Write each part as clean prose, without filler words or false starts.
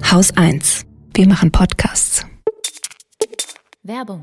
Haus 1. Wir machen Podcasts. Werbung.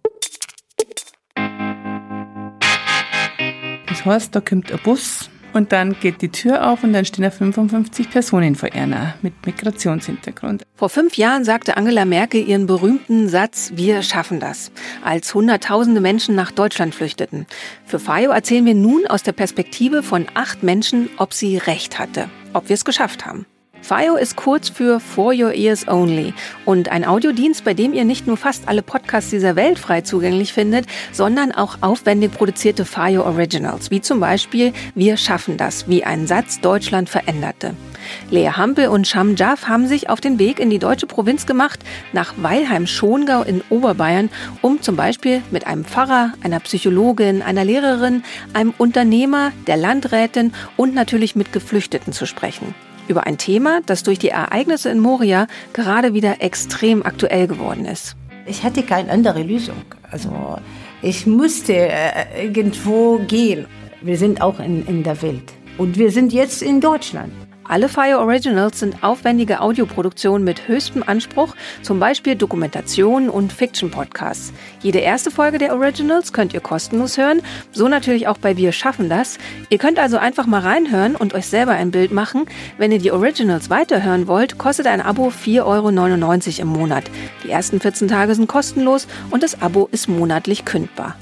Das heißt, da kommt ein Bus und dann geht die Tür auf und dann stehen da 55 Personen vor einer mit Migrationshintergrund. Vor 5 Jahren sagte Angela Merkel ihren berühmten Satz, wir schaffen das, als Hunderttausende Menschen nach Deutschland flüchteten. Für FAIO erzählen wir nun aus der Perspektive von 8 Menschen, ob sie recht hatte, ob wir es geschafft haben. FAIO ist kurz für For Your Ears Only und ein Audiodienst, bei dem ihr nicht nur fast alle Podcasts dieser Welt frei zugänglich findet, sondern auch aufwendig produzierte FAIO Originals, wie zum Beispiel Wir schaffen das, wie ein Satz Deutschland veränderte. Lea Hampel und Sham Jaff haben sich auf den Weg in die deutsche Provinz gemacht, nach Weilheim-Schongau in Oberbayern, um zum Beispiel mit einem Pfarrer, einer Psychologin, einer Lehrerin, einem Unternehmer, der Landrätin und natürlich mit Geflüchteten zu sprechen. Über ein Thema, das durch die Ereignisse in Moria gerade wieder extrem aktuell geworden ist. Ich hatte keine andere Lösung. Also ich musste irgendwo gehen. Wir sind auch in der Welt. Und wir sind jetzt in Deutschland. Alle FAIO Originals sind aufwendige Audioproduktionen mit höchstem Anspruch, zum Beispiel Dokumentationen und Fiction-Podcasts. Jede erste Folge der Originals könnt ihr kostenlos hören, so natürlich auch bei Wir schaffen das. Ihr könnt also einfach mal reinhören und euch selber ein Bild machen. Wenn ihr die Originals weiterhören wollt, kostet ein Abo 4,99 € im Monat. Die ersten 14 Tage sind kostenlos und das Abo ist monatlich kündbar.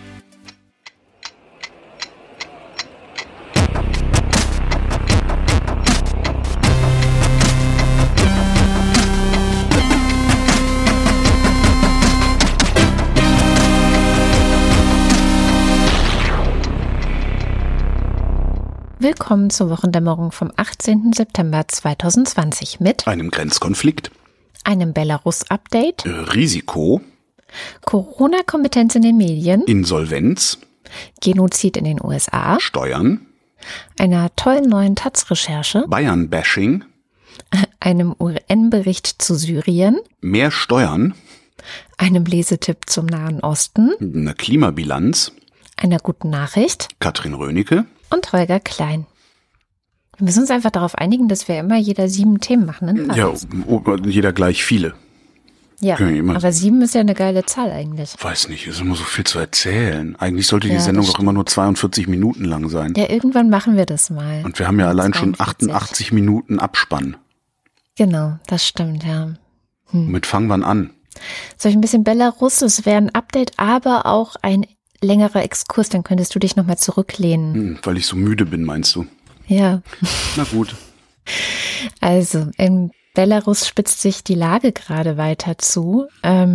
Willkommen zur Wochendämmerung vom 18. September 2020 mit einem Grenzkonflikt, einem Belarus-Update, Risiko, Corona-Kompetenz in den Medien, Insolvenz, Genozid in den USA, Steuern, einer tollen neuen Taz-Recherche, Bayern-Bashing, einem UN-Bericht zu Syrien, mehr Steuern, einem Lesetipp zum Nahen Osten, eine Klimabilanz, einer guten Nachricht, Katrin Rönecke und Holger Klein. Wir müssen uns einfach darauf einigen, dass wir immer jeder 7 Themen machen. Ja, jeder gleich viele. Ja, aber 7 ist ja eine geile Zahl eigentlich. Weiß nicht, ist immer so viel zu erzählen. Eigentlich sollte die Sendung doch immer nur 42 Minuten lang sein. Ja, irgendwann machen wir das mal. Und wir haben ja allein 42. schon 88 Minuten Abspann. Genau, das stimmt, ja. Womit fangen wir an? Soll ich ein bisschen Belarus? Es wäre ein Update, aber auch ein längerer Exkurs, dann könntest du dich nochmal zurücklehnen. Weil ich so müde bin, meinst du? Ja. Na gut. Also, in Belarus spitzt sich die Lage gerade weiter zu.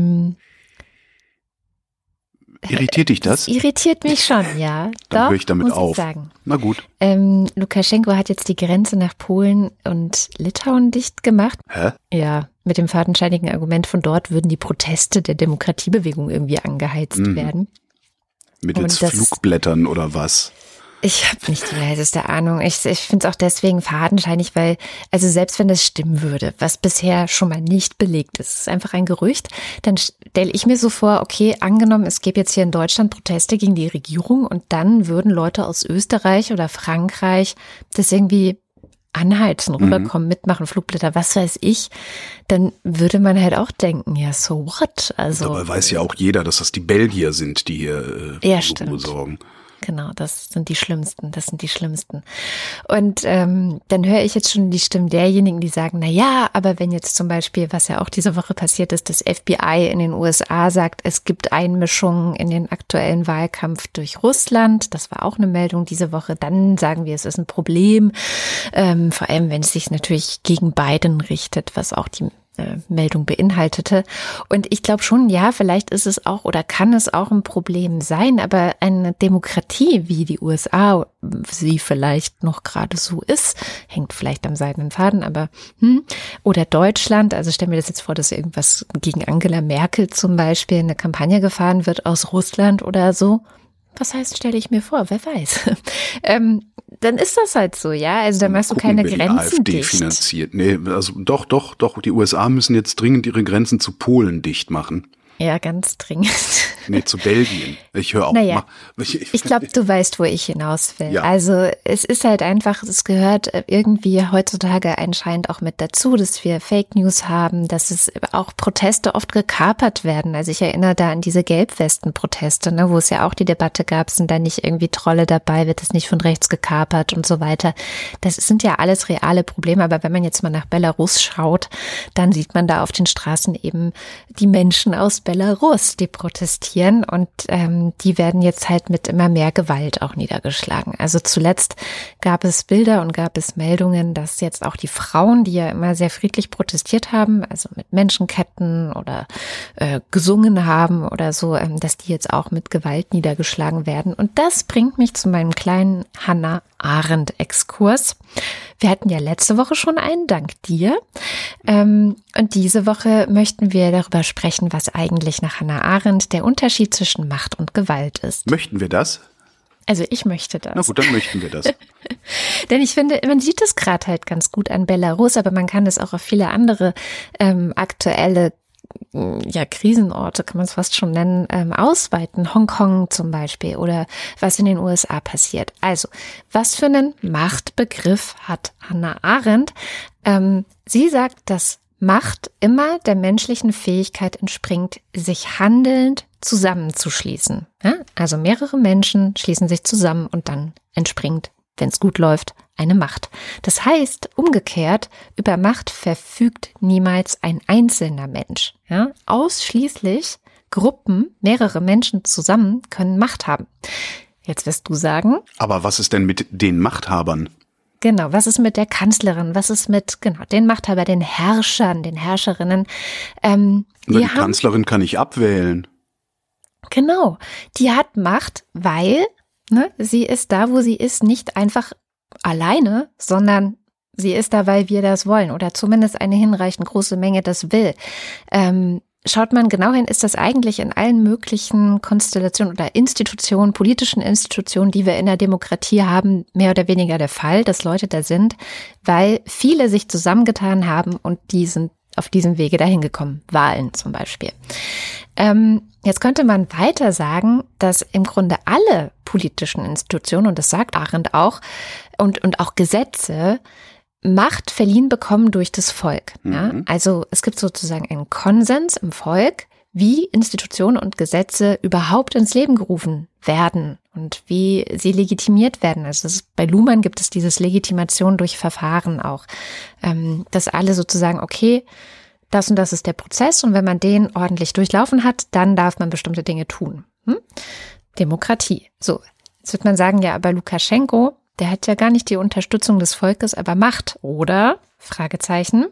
Irritiert dich das? Irritiert mich schon, ja. Dann höre ich damit muss auf. Ich sagen. Na gut. Lukaschenko hat jetzt die Grenze nach Polen und Litauen dicht gemacht. Hä? Ja, mit dem fadenscheinigen Argument, von dort würden die Proteste der Demokratiebewegung irgendwie angeheizt werden. Mittels Flugblättern oder was? Ich habe nicht die leiseste Ahnung. Ich finde es auch deswegen fadenscheinig, weil, also selbst wenn das stimmen würde, was bisher schon mal nicht belegt ist, ist einfach ein Gerücht, dann stelle ich mir so vor, okay, angenommen, es gäbe jetzt hier in Deutschland Proteste gegen die Regierung und dann würden Leute aus Österreich oder Frankreich das irgendwie anheizen, rüberkommen, mitmachen, Flugblätter, was weiß ich, dann würde man halt auch denken, ja, so what? Also, dabei weiß ja auch jeder, dass das die Belgier sind, die hier Ruhe sorgen. Genau, das sind die Schlimmsten. Und dann höre ich jetzt schon die Stimmen derjenigen, die sagen, na ja, aber wenn jetzt zum Beispiel, was ja auch diese Woche passiert ist, das FBI in den USA sagt, es gibt Einmischungen in den aktuellen Wahlkampf durch Russland, das war auch eine Meldung diese Woche, dann sagen wir, es ist ein Problem, vor allem wenn es sich natürlich gegen Biden richtet, was auch die Meldung beinhaltete. Und ich glaube schon, ja, vielleicht ist es auch oder kann es auch ein Problem sein, aber eine Demokratie wie die USA, sie vielleicht noch gerade so ist, hängt vielleicht am seidenen Faden, aber oder Deutschland, also stell mir das jetzt vor, dass irgendwas gegen Angela Merkel zum Beispiel eine Kampagne gefahren wird aus Russland oder so. Was heißt, stelle ich mir vor, wer weiß. Dann ist das halt so, ja. Also da machst du keine Grenzen AfD dicht. Finanziert. Nee, also doch. Die USA müssen jetzt dringend ihre Grenzen zu Polen dicht machen. Ja, ganz dringend. Nee, zu Belgien. Ich höre auch. Naja, ich glaube, du weißt, wo ich hinaus will. Ja. Also es ist halt einfach, es gehört irgendwie heutzutage anscheinend auch mit dazu, dass wir Fake News haben, dass es auch Proteste oft gekapert werden. Also ich erinnere da an diese Gelbwesten-Proteste, ne, wo es ja auch die Debatte gab, sind da nicht irgendwie Trolle dabei, wird es nicht von rechts gekapert und so weiter. Das sind ja alles reale Probleme, aber wenn man jetzt mal nach Belarus schaut, dann sieht man da auf den Straßen eben die Menschen aus Belarus, die protestieren und die werden jetzt halt mit immer mehr Gewalt auch niedergeschlagen. Also zuletzt gab es Bilder und gab es Meldungen, dass jetzt auch die Frauen, die ja immer sehr friedlich protestiert haben, also mit Menschenketten oder gesungen haben oder so, dass die jetzt auch mit Gewalt niedergeschlagen werden. Und das bringt mich zu meinem kleinen Hannah Arendt-Exkurs. Wir hatten ja letzte Woche schon einen, dank dir. Und diese Woche möchten wir darüber sprechen, was eigentlich nach Hannah Arendt der Unterschied zwischen Macht und Gewalt ist. Möchten wir das? Also ich möchte das. Na gut, dann möchten wir das. Denn ich finde, man sieht es gerade halt ganz gut an Belarus, aber man kann das auch auf viele andere aktuelle Krisenorte, kann man es fast schon nennen, ausweiten. Hongkong zum Beispiel oder was in den USA passiert. Also, was für einen Machtbegriff hat Hannah Arendt? Sie sagt, dass Macht immer der menschlichen Fähigkeit entspringt, sich handelnd zusammenzuschließen. Ja? Also mehrere Menschen schließen sich zusammen und dann entspringt, wenn es gut läuft, eine Macht. Das heißt, umgekehrt, über Macht verfügt niemals ein einzelner Mensch. Ja? Ausschließlich Gruppen, mehrere Menschen zusammen können Macht haben. Jetzt wirst du sagen. Aber was ist denn mit den Machthabern? Genau, was ist mit der Kanzlerin? Was ist mit den Machthabern, den Herrschern, den Herrscherinnen? Die Kanzlerin kann ich abwählen. Genau, die hat Macht, weil sie ist da, wo sie ist, nicht einfach alleine, sondern sie ist da, weil wir das wollen oder zumindest eine hinreichend große Menge das will. Schaut man genau hin, ist das eigentlich in allen möglichen Konstellationen oder Institutionen, politischen Institutionen, die wir in der Demokratie haben, mehr oder weniger der Fall, dass Leute da sind, weil viele sich zusammengetan haben und die sind auf diesem Wege dahin gekommen. Wahlen zum Beispiel. Jetzt könnte man weiter sagen, dass im Grunde alle politischen Institutionen, und das sagt Arendt auch, und auch Gesetze, Macht verliehen bekommen durch das Volk. Ja? Also es gibt sozusagen einen Konsens im Volk, wie Institutionen und Gesetze überhaupt ins Leben gerufen werden und wie sie legitimiert werden. Also bei Luhmann gibt es dieses Legitimation durch Verfahren auch, dass alle sozusagen, okay, das und das ist der Prozess und wenn man den ordentlich durchlaufen hat, dann darf man bestimmte Dinge tun. Demokratie. So, jetzt wird man sagen, ja, aber Lukaschenko, der hat ja gar nicht die Unterstützung des Volkes, aber Macht, oder? Fragezeichen.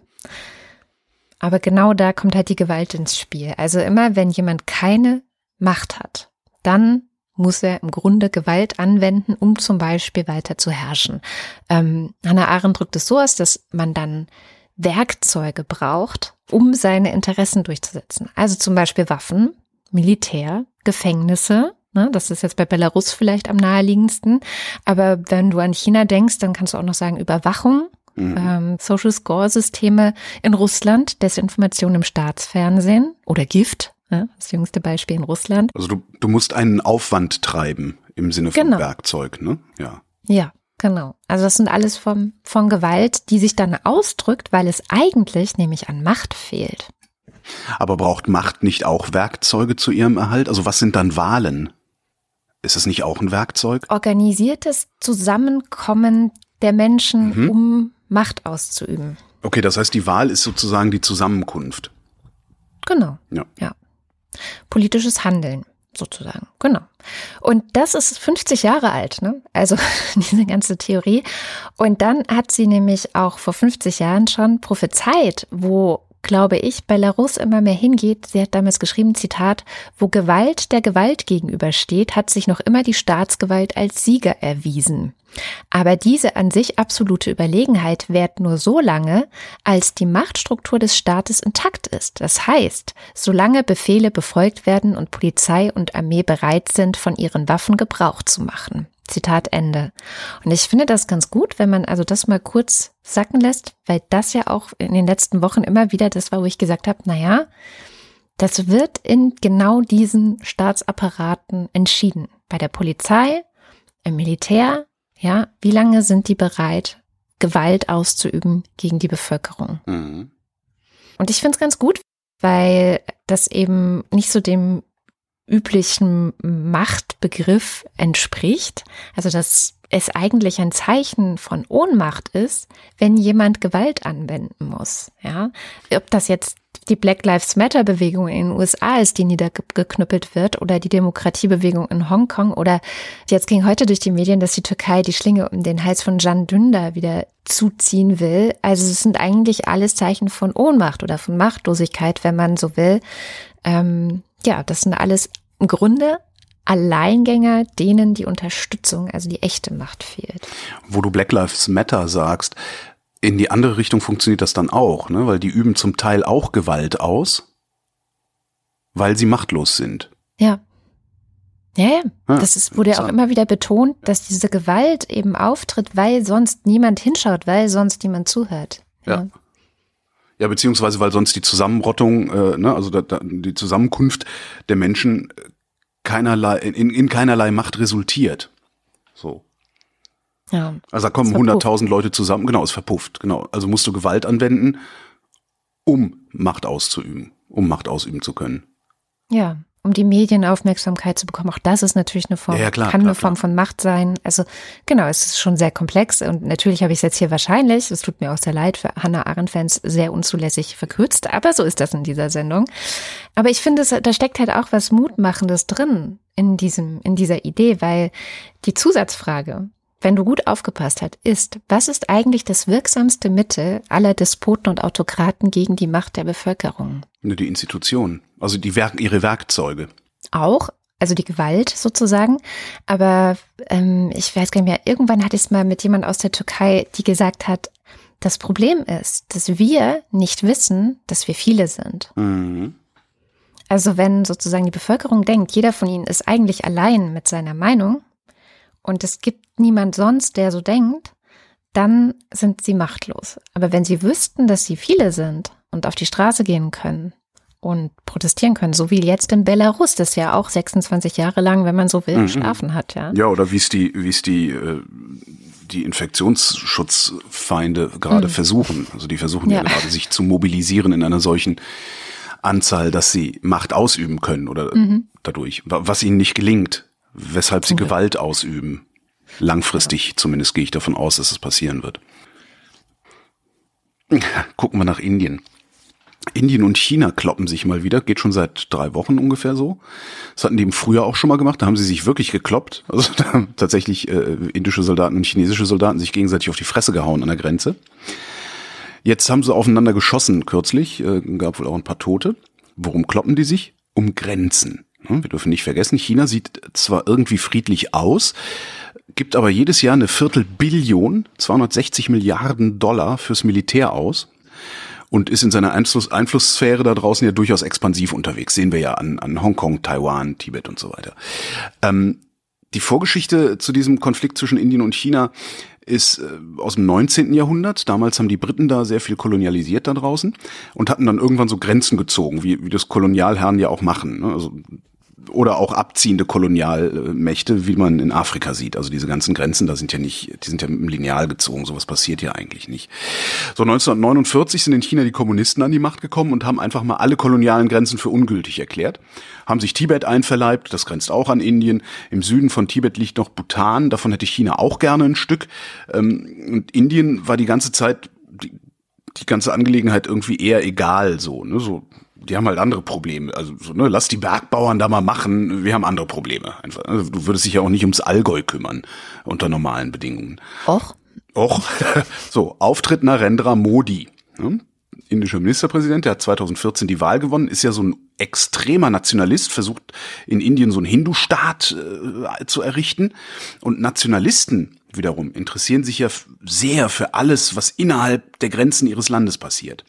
Aber genau da kommt halt die Gewalt ins Spiel. Also immer, wenn jemand keine Macht hat, dann muss er im Grunde Gewalt anwenden, um zum Beispiel weiter zu herrschen. Hannah Arendt drückt es so aus, dass man dann Werkzeuge braucht, um seine Interessen durchzusetzen. Also zum Beispiel Waffen, Militär, Gefängnisse. Das ist jetzt bei Belarus vielleicht am naheliegendsten. Aber wenn du an China denkst, dann kannst du auch noch sagen Überwachung, Social Score-Systeme in Russland, Desinformation im Staatsfernsehen oder Gift, das jüngste Beispiel in Russland. Also du musst einen Aufwand treiben im Sinne von Werkzeug, ne? Ja. Ja, genau. Also das sind alles von Gewalt, die sich dann ausdrückt, weil es eigentlich nämlich an Macht fehlt. Aber braucht Macht nicht auch Werkzeuge zu ihrem Erhalt? Also was sind dann Wahlen? Ist es nicht auch ein Werkzeug? Organisiertes Zusammenkommen der Menschen, um Macht auszuüben. Okay, das heißt, die Wahl ist sozusagen die Zusammenkunft. Genau. Ja. Politisches Handeln sozusagen. Genau. Und das ist 50 Jahre alt, ne? Also diese ganze Theorie. Und dann hat sie nämlich auch vor 50 Jahren schon prophezeit, wo, glaube ich, Belarus immer mehr hingeht. Sie hat damals geschrieben, Zitat, wo Gewalt der Gewalt gegenübersteht, hat sich noch immer die Staatsgewalt als Sieger erwiesen. Aber diese an sich absolute Überlegenheit währt nur so lange, als die Machtstruktur des Staates intakt ist. Das heißt, solange Befehle befolgt werden und Polizei und Armee bereit sind, von ihren Waffen Gebrauch zu machen. Zitat Ende. Und ich finde das ganz gut, wenn man also das mal kurz sacken lässt, weil das ja auch in den letzten Wochen immer wieder das war, wo ich gesagt habe, naja, Das wird in genau diesen Staatsapparaten entschieden. Bei der Polizei, im Militär, ja, wie lange sind die bereit, Gewalt auszuüben gegen die Bevölkerung? Mhm. Und ich finde es ganz gut, weil das eben nicht so dem üblichen Machtbegriff entspricht. Also dass es eigentlich ein Zeichen von Ohnmacht ist, wenn jemand Gewalt anwenden muss. Ja, ob das jetzt die Black Lives Matter Bewegung in den USA ist, die niedergeknüppelt wird, oder die Demokratiebewegung in Hongkong, oder jetzt ging heute durch die Medien, dass die Türkei die Schlinge um den Hals von Can Dündar wieder zuziehen will. Also es sind eigentlich alles Zeichen von Ohnmacht oder von Machtlosigkeit, wenn man so will. Ja, das sind alles im Grunde Alleingänger, denen die Unterstützung, also die echte Macht fehlt. Wo du Black Lives Matter sagst, in die andere Richtung funktioniert das dann auch, ne? Weil die üben zum Teil auch Gewalt aus, weil sie machtlos sind. Ja. Ja. Wurde ja auch immer wieder betont, dass diese Gewalt eben auftritt, weil sonst niemand hinschaut, weil sonst niemand zuhört. Ja. Ja, beziehungsweise weil sonst die Zusammenrottung, also die Zusammenkunft der Menschen in keinerlei Macht resultiert. So. Ja. Also da kommen 100.000 Leute zusammen, genau, ist verpufft, genau. Also musst du Gewalt anwenden, um Macht auszuüben zu können. Ja, um die Medienaufmerksamkeit zu bekommen. Auch das ist natürlich eine Form, eine Form von Macht sein. Also genau, es ist schon sehr komplex und natürlich habe ich es jetzt hier wahrscheinlich, es tut mir auch sehr leid, für Hannah Arendt-Fans sehr unzulässig verkürzt, aber so ist das in dieser Sendung. Aber ich finde, da steckt halt auch was Mutmachendes drin in dieser Idee, weil die Zusatzfrage, wenn du gut aufgepasst hast, ist, was ist eigentlich das wirksamste Mittel aller Despoten und Autokraten gegen die Macht der Bevölkerung? Die Institutionen, also ihre Werkzeuge. Auch, also die Gewalt sozusagen. Aber ich weiß gar nicht mehr, irgendwann hatte ich es mal mit jemand aus der Türkei, die gesagt hat, das Problem ist, dass wir nicht wissen, dass wir viele sind. Mhm. Also wenn sozusagen die Bevölkerung denkt, jeder von ihnen ist eigentlich allein mit seiner Meinung, und es gibt niemand sonst, der so denkt, dann sind sie machtlos. Aber wenn sie wüssten, dass sie viele sind und auf die Straße gehen können und protestieren können, so wie jetzt in Belarus, das ja auch 26 Jahre lang, wenn man so will, geschlafen hat. Ja, ja, oder wie es die Infektionsschutzfeinde gerade versuchen. Also die versuchen ja gerade, sich zu mobilisieren in einer solchen Anzahl, dass sie Macht ausüben können oder dadurch, was ihnen nicht gelingt. Weshalb sie Gewalt ausüben. Langfristig zumindest gehe ich davon aus, dass es passieren wird. Gucken wir nach Indien. Indien und China kloppen sich mal wieder, geht schon seit 3 Wochen ungefähr so. Das hatten die im Frühjahr auch schon mal gemacht, da haben sie sich wirklich gekloppt. Also da haben tatsächlich indische Soldaten und chinesische Soldaten sich gegenseitig auf die Fresse gehauen an der Grenze. Jetzt haben sie aufeinander geschossen kürzlich, gab wohl auch ein paar Tote. Worum kloppen die sich? Um Grenzen. Wir dürfen nicht vergessen, China sieht zwar irgendwie friedlich aus, gibt aber jedes Jahr eine 250 Billionen, 260 Milliarden $, fürs Militär aus und ist in seiner Einflusssphäre da draußen ja durchaus expansiv unterwegs. Sehen wir ja an Hongkong, Taiwan, Tibet und so weiter. Die Vorgeschichte zu diesem Konflikt zwischen Indien und China ist aus dem 19. Jahrhundert. Damals haben die Briten da sehr viel kolonialisiert da draußen und hatten dann irgendwann so Grenzen gezogen, wie das Kolonialherren ja auch machen, ne? Also, oder auch abziehende Kolonialmächte, wie man in Afrika sieht. Also diese ganzen Grenzen, die sind ja mit dem Lineal gezogen. Sowas passiert ja eigentlich nicht. So 1949 sind in China die Kommunisten an die Macht gekommen und haben einfach mal alle kolonialen Grenzen für ungültig erklärt. Haben sich Tibet einverleibt, das grenzt auch an Indien. Im Süden von Tibet liegt noch Bhutan, davon hätte China auch gerne ein Stück. Und Indien war die ganze Zeit, die ganze Angelegenheit irgendwie eher egal so, ne, so. Die haben halt andere Probleme. Also so, ne, lass die Bergbauern da mal machen. Wir haben andere Probleme. Einfach. Also, du würdest dich ja auch nicht ums Allgäu kümmern unter normalen Bedingungen. Och. So, Auftritt Narendra Modi, ne? Indischer Ministerpräsident, der hat 2014 die Wahl gewonnen, ist ja so ein extremer Nationalist, versucht in Indien so einen Hindu-Staat zu errichten. Und Nationalisten wiederum interessieren sich ja sehr für alles, was innerhalb der Grenzen ihres Landes passiert.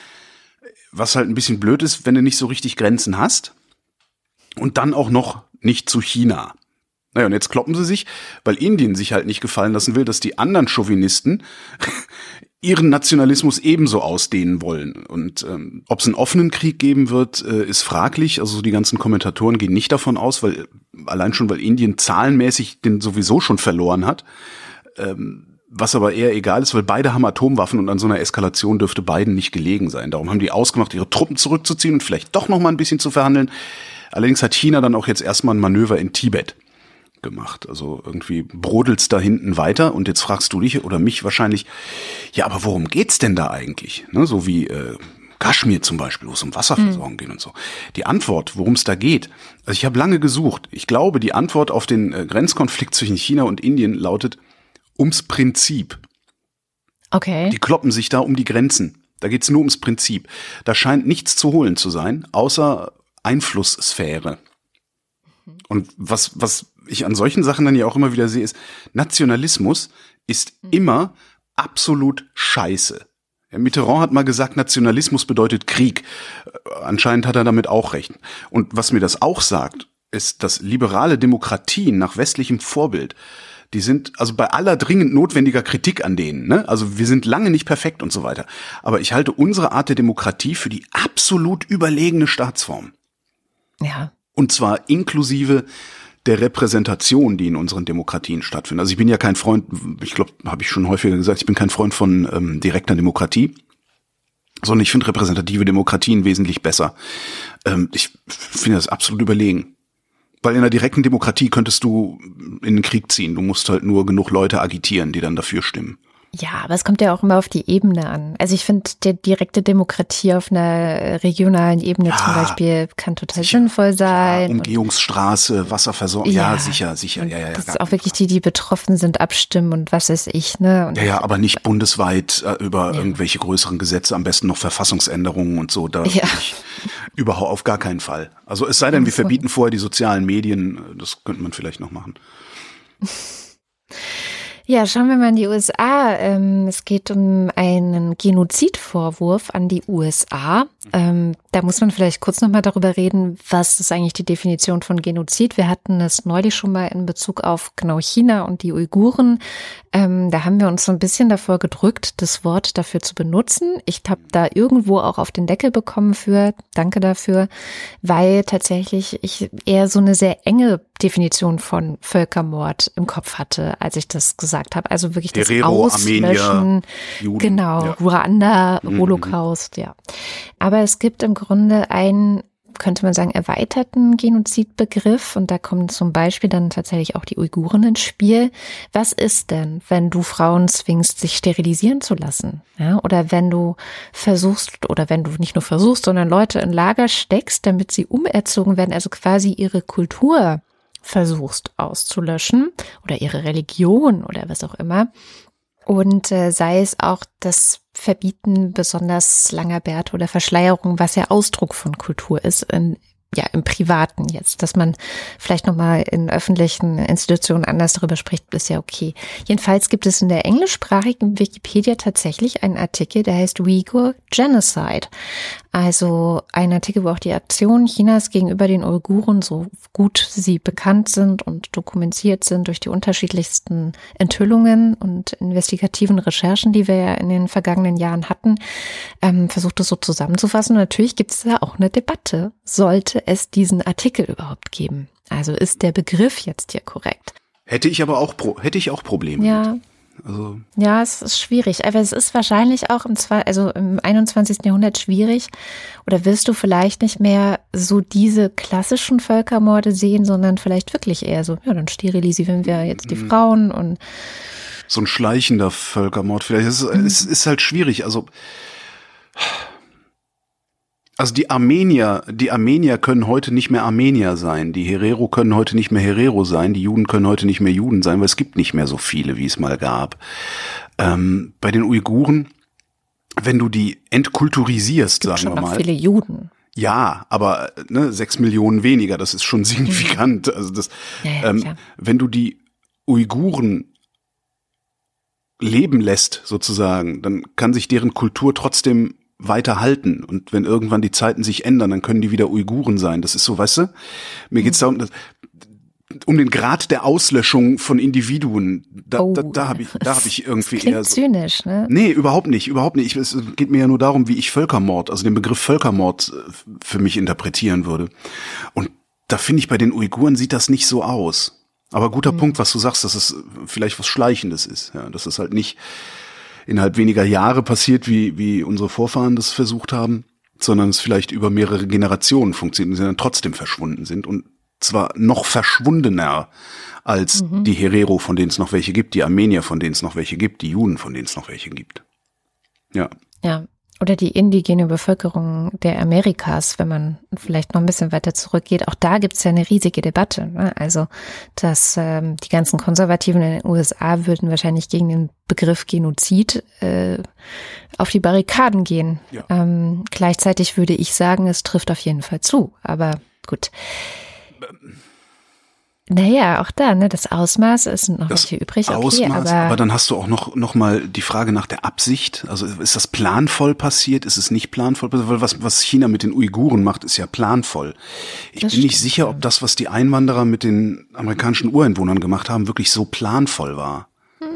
Was halt ein bisschen blöd ist, wenn du nicht so richtig Grenzen hast und dann auch noch nicht zu China. Naja, und jetzt kloppen sie sich, weil Indien sich halt nicht gefallen lassen will, dass die anderen Chauvinisten ihren Nationalismus ebenso ausdehnen wollen. Und ob es einen offenen Krieg geben wird, ist fraglich. Also die ganzen Kommentatoren gehen nicht davon aus, weil Indien zahlenmäßig den sowieso schon verloren hat. Was aber eher egal ist, weil beide haben Atomwaffen und an so einer Eskalation dürfte beiden nicht gelegen sein. Darum haben die ausgemacht, ihre Truppen zurückzuziehen und vielleicht doch noch mal ein bisschen zu verhandeln. Allerdings hat China dann auch jetzt erstmal ein Manöver in Tibet gemacht. Also irgendwie brodelt's da hinten weiter und jetzt fragst du dich oder mich wahrscheinlich, ja, aber worum geht's denn da eigentlich? Ne, so wie Kaschmir zum Beispiel, wo es um Wasserversorgung geht und so. Die Antwort, worum es da geht, also ich habe lange gesucht. Ich glaube, die Antwort auf den Grenzkonflikt zwischen China und Indien lautet ums Prinzip. Okay. Die kloppen sich da um die Grenzen. Da geht's nur ums Prinzip. Da scheint nichts zu holen zu sein, außer Einflusssphäre. Und was ich an solchen Sachen dann ja auch immer wieder sehe, ist, Nationalismus ist immer absolut scheiße. Ja, Mitterrand hat mal gesagt, Nationalismus bedeutet Krieg. Anscheinend hat er damit auch recht. Und was mir das auch sagt, ist, dass liberale Demokratien nach westlichem Vorbild, die sind also bei aller dringend notwendiger Kritik an denen, ne? Also wir sind lange nicht perfekt und so weiter. Aber ich halte unsere Art der Demokratie für die absolut überlegene Staatsform. Ja. Und zwar inklusive der Repräsentation, die in unseren Demokratien stattfindet. Also ich bin ja kein Freund, ich glaube, habe ich schon häufiger gesagt, ich bin kein Freund von direkter Demokratie, sondern ich finde repräsentative Demokratien wesentlich besser. Ich finde das absolut überlegen. Weil in einer direkten Demokratie könntest du in den Krieg ziehen. Du musst halt nur genug Leute agitieren, die dann dafür stimmen. Ja, aber es kommt ja auch immer auf die Ebene an. Also ich finde, die direkte Demokratie auf einer regionalen Ebene zum Beispiel kann total sinnvoll sein. Ja, Umgehungsstraße, Wasserversorgung, ja sicher. Ja, dass auch wirklich die betroffen sind, abstimmen und was weiß ich. Ne? Und aber nicht bundesweit über irgendwelche größeren Gesetze, am besten noch Verfassungsänderungen und so. Da überhaupt auf gar keinen Fall. Also es sei denn, wir verbieten vorher die sozialen Medien, das könnte man vielleicht noch machen. Ja, schauen wir mal in die USA. Es geht um einen Genozidvorwurf an die USA. Da muss man vielleicht kurz nochmal darüber reden, was ist eigentlich die Definition von Genozid. Wir hatten es neulich schon mal in Bezug auf genau China und die Uiguren. Da haben wir uns so ein bisschen davor gedrückt, das Wort dafür zu benutzen. Ich habe da irgendwo auch auf den Deckel bekommen für, danke dafür, weil tatsächlich ich eher so eine sehr enge Definition von Völkermord im Kopf hatte, als ich das gesagt habe. Also wirklich das Herero, Auslöschen, Armenier, Juden, genau, Ruanda, Holocaust, ja. Aber es gibt im Grunde einen, könnte man sagen, erweiterten Genozidbegriff und da kommen zum Beispiel dann tatsächlich auch die Uiguren ins Spiel. Was ist denn, wenn du Frauen zwingst, sich sterilisieren zu lassen? Ja, oder wenn du versuchst, oder wenn du nicht nur versuchst, sondern Leute in Lager steckst, damit sie umerzogen werden, also quasi ihre Kultur versuchst auszulöschen oder ihre Religion oder was auch immer. Und sei es auch das Verbieten besonders langer Bärte oder Verschleierung, was ja Ausdruck von Kultur ist, im Privaten jetzt. Dass man vielleicht nochmal in öffentlichen Institutionen anders darüber spricht, ist ja okay. Jedenfalls gibt es in der englischsprachigen Wikipedia tatsächlich einen Artikel, der heißt Uyghur Genocide. Also ein Artikel, wo auch die Aktionen Chinas gegenüber den Uiguren, so gut sie bekannt sind und dokumentiert sind durch die unterschiedlichsten Enthüllungen und investigativen Recherchen, die wir ja in den vergangenen Jahren hatten, versucht es so zusammenzufassen. Und natürlich gibt es da auch eine Debatte. Sollte es diesen Artikel überhaupt geben? Also ist der Begriff jetzt hier korrekt? Hätte ich auch Probleme. Ja. Mit. Also. Ja, es ist schwierig, aber es ist wahrscheinlich auch im 21. Jahrhundert schwierig oder wirst du vielleicht nicht mehr so diese klassischen Völkermorde sehen, sondern vielleicht wirklich eher so, ja, dann sterilisieren wir jetzt die Frauen und so ein schleichender Völkermord vielleicht. Es ist halt schwierig, also die Armenier können heute nicht mehr Armenier sein, die Herero können heute nicht mehr Herero sein, die Juden können heute nicht mehr Juden sein, weil es gibt nicht mehr so viele, wie es mal gab. Bei den Uiguren, wenn du die entkulturisierst, sagen wir mal. Es gibt schon viele Juden. Ja, aber 6 Millionen weniger, das ist schon signifikant. Also wenn du die Uiguren leben lässt, sozusagen, dann kann sich deren Kultur trotzdem weiter halten. Und wenn irgendwann die Zeiten sich ändern, dann können die wieder Uiguren sein. Das ist so, weißt du? Mir geht's darum, um den Grad der Auslöschung von Individuen. Da habe ich irgendwie klingt eher so, zynisch, ne? Nee, überhaupt nicht. Es geht mir ja nur darum, wie ich Völkermord, also den Begriff Völkermord für mich interpretieren würde. Und da finde ich, bei den Uiguren sieht das nicht so aus. Aber guter Punkt, was du sagst, dass es vielleicht was Schleichendes ist. Ja, dass es halt nicht innerhalb weniger Jahre passiert, wie unsere Vorfahren das versucht haben, sondern es vielleicht über mehrere Generationen funktioniert und sie dann trotzdem verschwunden sind. Und zwar noch verschwundener als die Herero, von denen es noch welche gibt, die Armenier, von denen es noch welche gibt, die Juden, von denen es noch welche gibt. Ja. Ja. Oder die indigene Bevölkerung der Amerikas, wenn man vielleicht noch ein bisschen weiter zurückgeht. Auch da gibt es ja eine riesige Debatte. Ne? Also, dass die ganzen Konservativen in den USA würden wahrscheinlich gegen den Begriff Genozid auf die Barrikaden gehen. Ja. Gleichzeitig würde ich sagen, es trifft auf jeden Fall zu. Aber gut. Naja, auch da, ne, das Ausmaß ist noch welche übrig. Okay, Ausmaß, aber dann hast du auch noch mal die Frage nach der Absicht. Also ist das planvoll passiert? Ist es nicht planvoll passiert? Weil was China mit den Uiguren macht, ist ja planvoll. Ich bin nicht sicher, ob das, was die Einwanderer mit den amerikanischen Ureinwohnern gemacht haben, wirklich so planvoll war.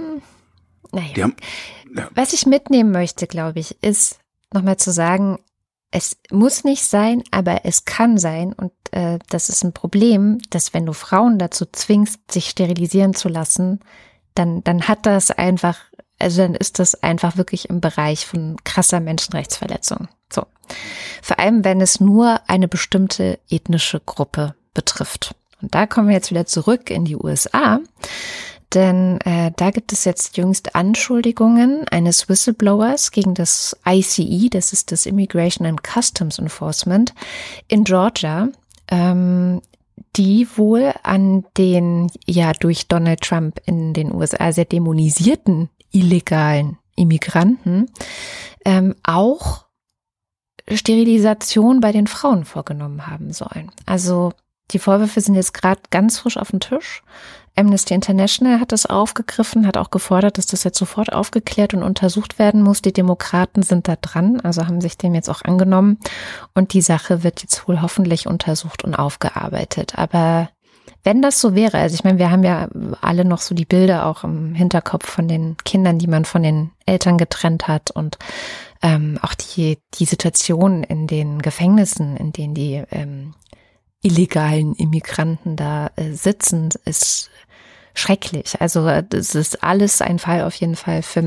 Naja. Was ich mitnehmen möchte, glaube ich, ist nochmal zu sagen, es muss nicht sein, aber es kann sein. Und das ist ein Problem, dass wenn du Frauen dazu zwingst, sich sterilisieren zu lassen, dann hat das einfach, also dann ist das einfach wirklich im Bereich von krasser Menschenrechtsverletzung. So. Vor allem, wenn es nur eine bestimmte ethnische Gruppe betrifft. Und da kommen wir jetzt wieder zurück in die USA. Denn da gibt es jetzt jüngst Anschuldigungen eines Whistleblowers gegen das ICE, das ist das Immigration and Customs Enforcement in Georgia, die wohl an den ja durch Donald Trump in den USA sehr dämonisierten illegalen Immigranten auch Sterilisation bei den Frauen vorgenommen haben sollen. Also die Vorwürfe sind jetzt gerade ganz frisch auf dem Tisch. Amnesty International hat das aufgegriffen, hat auch gefordert, dass das jetzt sofort aufgeklärt und untersucht werden muss. Die Demokraten sind da dran, also haben sich dem jetzt auch angenommen. Und die Sache wird jetzt wohl hoffentlich untersucht und aufgearbeitet. Aber wenn das so wäre, also ich meine, wir haben ja alle noch so die Bilder auch im Hinterkopf von den Kindern, die man von den Eltern getrennt hat und auch die Situation in den Gefängnissen, in denen die illegalen Immigranten da sitzen, ist schrecklich. Also das ist alles ein Fall auf jeden Fall für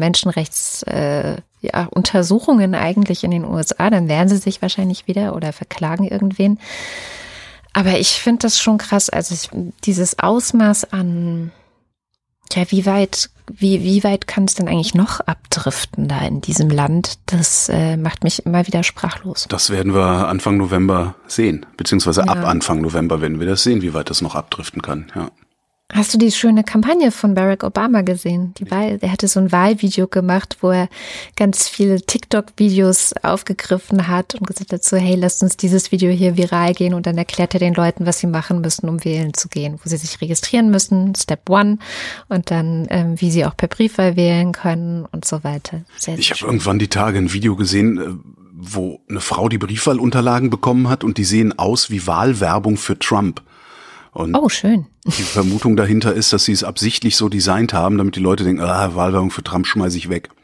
Menschenrechtsuntersuchungen eigentlich in den USA. Dann wehren sie sich wahrscheinlich wieder oder verklagen irgendwen. Aber ich finde das schon krass. Also dieses Ausmaß an, ja, wie weit kann es denn eigentlich noch abdriften da in diesem Land? Das macht mich immer wieder sprachlos. Das werden wir Anfang November sehen, beziehungsweise ab Anfang November werden wir das sehen, wie weit das noch abdriften kann, ja. Hast du die schöne Kampagne von Barack Obama gesehen? Er hatte so ein Wahlvideo gemacht, wo er ganz viele TikTok-Videos aufgegriffen hat und gesagt hat so, hey, lasst uns dieses Video hier viral gehen, und dann erklärt er den Leuten, was sie machen müssen, um wählen zu gehen, wo sie sich registrieren müssen, Step 1, und dann wie sie auch per Briefwahl wählen können und so weiter. Sehr, sehr ich habe irgendwann die Tage ein Video gesehen, wo eine Frau die Briefwahlunterlagen bekommen hat und die sehen aus wie Wahlwerbung für Trump. Und oh, schön. Die Vermutung dahinter ist, dass sie es absichtlich so designt haben, damit die Leute denken, Wahlwerbung für Trump schmeiße ich weg.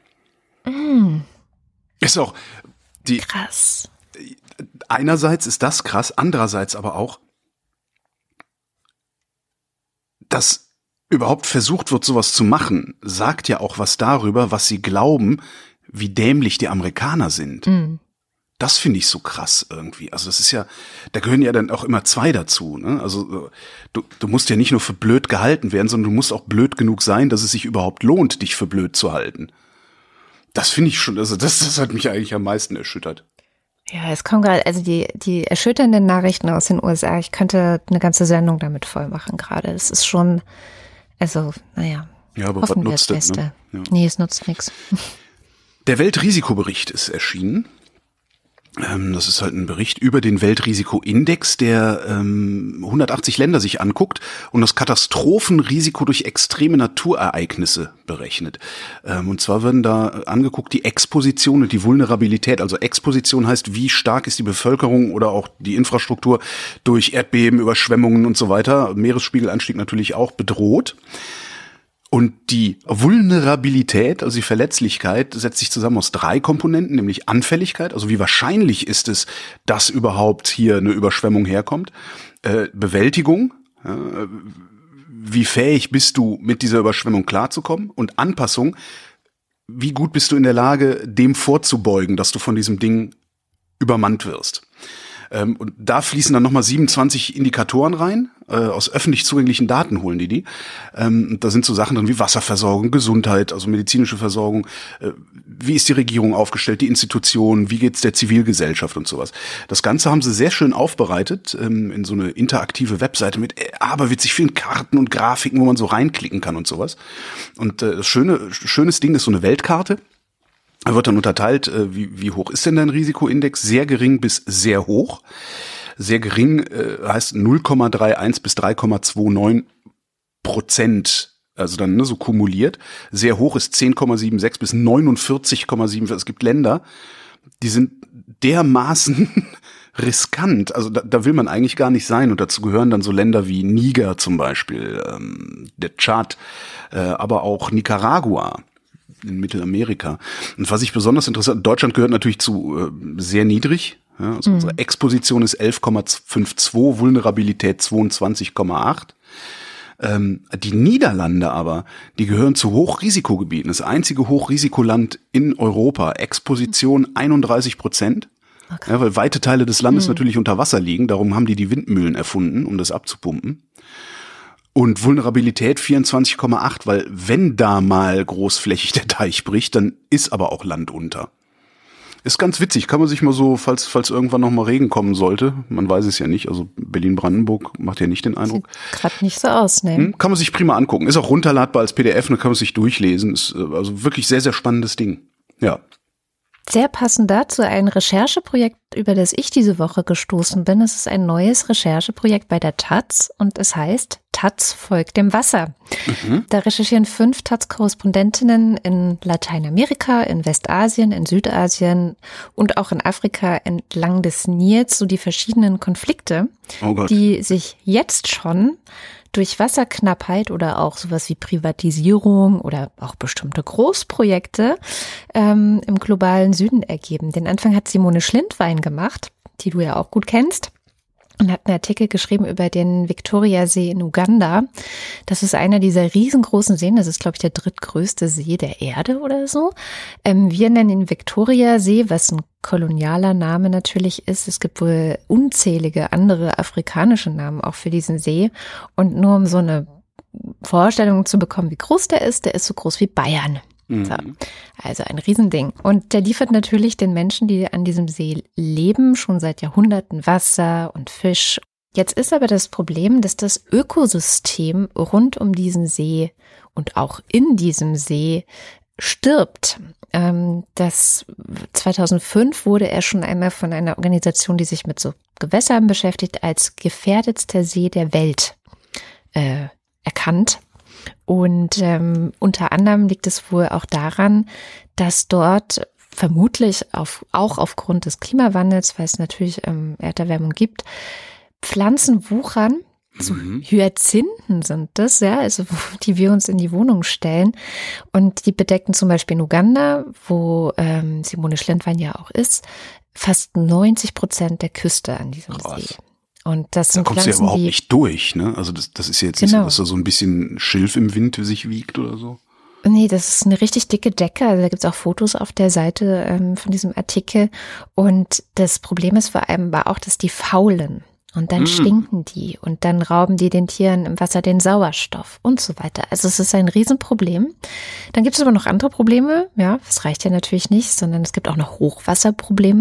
Ist auch krass. Einerseits ist das krass, andererseits aber auch, dass überhaupt versucht wird, sowas zu machen, sagt ja auch was darüber, was sie glauben, wie dämlich die Amerikaner sind. Das finde ich so krass irgendwie. Also das ist ja, da gehören ja dann auch immer zwei dazu, ne? Also du musst ja nicht nur für blöd gehalten werden, sondern du musst auch blöd genug sein, dass es sich überhaupt lohnt, dich für blöd zu halten. Das finde ich schon, also das hat mich eigentlich am meisten erschüttert. Ja, es kommen gerade, also die erschütternden Nachrichten aus den USA, ich könnte eine ganze Sendung damit voll machen gerade. Es ist schon, also, naja. Ja, aber was nutzt das, ne? Ja. Nee, es nutzt nichts. Der Weltrisikobericht ist erschienen. Das ist halt ein Bericht über den Weltrisikoindex, der 180 Länder sich anguckt und das Katastrophenrisiko durch extreme Naturereignisse berechnet. Und zwar werden da angeguckt die Exposition und die Vulnerabilität. Also Exposition heißt, wie stark ist die Bevölkerung oder auch die Infrastruktur durch Erdbeben, Überschwemmungen und so weiter, Meeresspiegelanstieg natürlich auch bedroht. Und die Vulnerabilität, also die Verletzlichkeit, setzt sich zusammen aus 3 Komponenten, nämlich Anfälligkeit, also wie wahrscheinlich ist es, dass überhaupt hier eine Überschwemmung herkommt, Bewältigung, wie fähig bist du, mit dieser Überschwemmung klarzukommen, und Anpassung, wie gut bist du in der Lage, dem vorzubeugen, dass du von diesem Ding übermannt wirst. Und da fließen dann nochmal 27 Indikatoren rein, aus öffentlich zugänglichen Daten holen die. Da sind so Sachen drin wie Wasserversorgung, Gesundheit, also medizinische Versorgung, wie ist die Regierung aufgestellt, die Institutionen, wie geht's der Zivilgesellschaft und sowas. Das Ganze haben sie sehr schön aufbereitet in so eine interaktive Webseite mit aberwitzig vielen Karten und Grafiken, wo man so reinklicken kann und sowas. Und das schönes Ding ist so eine Weltkarte. Da wird dann unterteilt, wie hoch ist denn dein Risikoindex? Sehr gering bis sehr hoch. Sehr gering heißt 0,31 bis 3,29%, also dann so kumuliert. Sehr hoch ist 10,76 bis 49,7. Es gibt Länder, die sind dermaßen riskant. Also da will man eigentlich gar nicht sein. Und dazu gehören dann so Länder wie Niger zum Beispiel, der Tschad, aber auch Nicaragua in Mittelamerika. Und was ich besonders interessant, Deutschland gehört natürlich zu sehr niedrig. Ja, also unsere Exposition ist 11,52, Vulnerabilität 22,8. Die Niederlande aber, die gehören zu Hochrisikogebieten. Das einzige Hochrisikoland in Europa. Exposition 31%. Okay. Ja, weil weite Teile des Landes natürlich unter Wasser liegen. Darum haben die Windmühlen erfunden, um das abzupumpen. Und Vulnerabilität 24,8, weil wenn da mal großflächig der Teich bricht, dann ist aber auch Land unter. Ist ganz witzig, kann man sich mal so, falls irgendwann noch mal Regen kommen sollte, man weiß es ja nicht, also Berlin-Brandenburg macht ja nicht den Eindruck. Sieht gerade nicht so aus, ne? Kann man sich prima angucken, ist auch runterladbar als PDF, dann kann man sich durchlesen, ist also wirklich sehr, sehr spannendes Ding, ja. Sehr passend dazu ein Rechercheprojekt, über das ich diese Woche gestoßen bin. Es ist ein neues Rechercheprojekt bei der Taz und es heißt Taz folgt dem Wasser. Da recherchieren 5 Taz-Korrespondentinnen in Lateinamerika, in Westasien, in Südasien und auch in Afrika entlang des Nils so die verschiedenen Konflikte, die sich jetzt schon durch Wasserknappheit oder auch sowas wie Privatisierung oder auch bestimmte Großprojekte im globalen Süden ergeben. Den Anfang hat Simone Schlindwein gemacht, die du ja auch gut kennst, und hat einen Artikel geschrieben über den Victoria-See in Uganda. Das ist einer dieser riesengroßen Seen. Das ist, glaube ich, der drittgrößte See der Erde oder so. Wir nennen ihn Victoria-See, was ein kolonialer Name natürlich ist. Es gibt wohl unzählige andere afrikanische Namen auch für diesen See. Und nur um so eine Vorstellung zu bekommen, wie groß der ist so groß wie Bayern. So. Also ein Riesending. Und der liefert natürlich den Menschen, die an diesem See leben, schon seit Jahrhunderten Wasser und Fisch. Jetzt ist aber das Problem, dass das Ökosystem rund um diesen See und auch in diesem See stirbt. 2005 wurde er schon einmal von einer Organisation, die sich mit so Gewässern beschäftigt, als gefährdetster See der Welt erkannt. Und unter anderem liegt es wohl auch daran, dass dort vermutlich auch aufgrund des Klimawandels, weil es natürlich Erderwärmung gibt, Pflanzen wuchern. So Hyazinthen sind das, ja, also die wir uns in die Wohnung stellen. Und die bedecken zum Beispiel in Uganda, wo Simone Schlindwein ja auch ist, fast 90% der Küste an diesem See. Und das sind Pflanzen, da kommst du ja überhaupt nicht durch, ne? Also das ist ja jetzt nicht so, dass da so ein bisschen Schilf im Wind sich wiegt oder so. Nee, das ist eine richtig dicke Decke. Also da gibt's auch Fotos auf der Seite von diesem Artikel. Und das Problem ist vor allem auch, dass die faulen. Und dann stinken die. Und dann rauben die den Tieren im Wasser den Sauerstoff und so weiter. Also es ist ein Riesenproblem. Dann gibt es aber noch andere Probleme. Ja, das reicht ja natürlich nicht, sondern es gibt auch noch Hochwasserprobleme.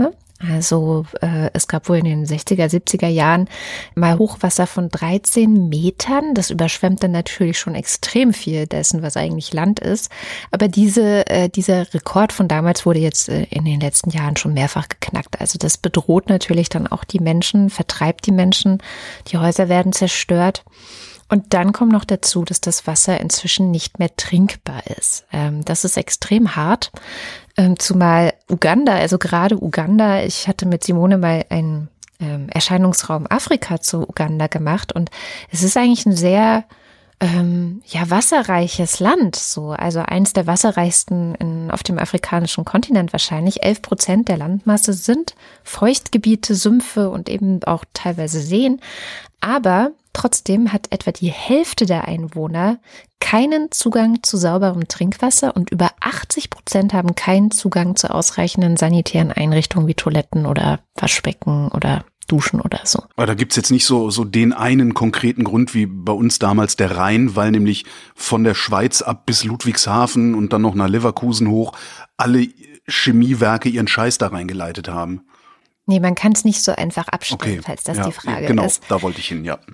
Also es gab wohl in den 60er, 70er Jahren mal Hochwasser von 13 Metern. Das überschwemmt dann natürlich schon extrem viel dessen, was eigentlich Land ist. Aber dieser Rekord von damals wurde jetzt in den letzten Jahren schon mehrfach geknackt. Also das bedroht natürlich dann auch die Menschen, vertreibt die Menschen. Die Häuser werden zerstört. Und dann kommt noch dazu, dass das Wasser inzwischen nicht mehr trinkbar ist. Das ist extrem hart. Zumal Uganda, also gerade Uganda, ich hatte mit Simone mal einen Erscheinungsraum Afrika zu Uganda gemacht und es ist eigentlich ein sehr wasserreiches Land, so, also eins der wasserreichsten auf dem afrikanischen Kontinent wahrscheinlich. 11% der Landmasse sind Feuchtgebiete, Sümpfe und eben auch teilweise Seen. Aber trotzdem hat etwa die Hälfte der Einwohner keinen Zugang zu sauberem Trinkwasser und über 80% haben keinen Zugang zu ausreichenden sanitären Einrichtungen wie Toiletten oder Waschbecken oder Duschen oder so. Aber da gibt's jetzt nicht so den einen konkreten Grund wie bei uns damals der Rhein, weil nämlich von der Schweiz ab bis Ludwigshafen und dann noch nach Leverkusen hoch alle Chemiewerke ihren Scheiß da reingeleitet haben. Nee, man kann es nicht so einfach abstellen, falls das die Frage genau, ist. Genau, da wollte ich hin, ja.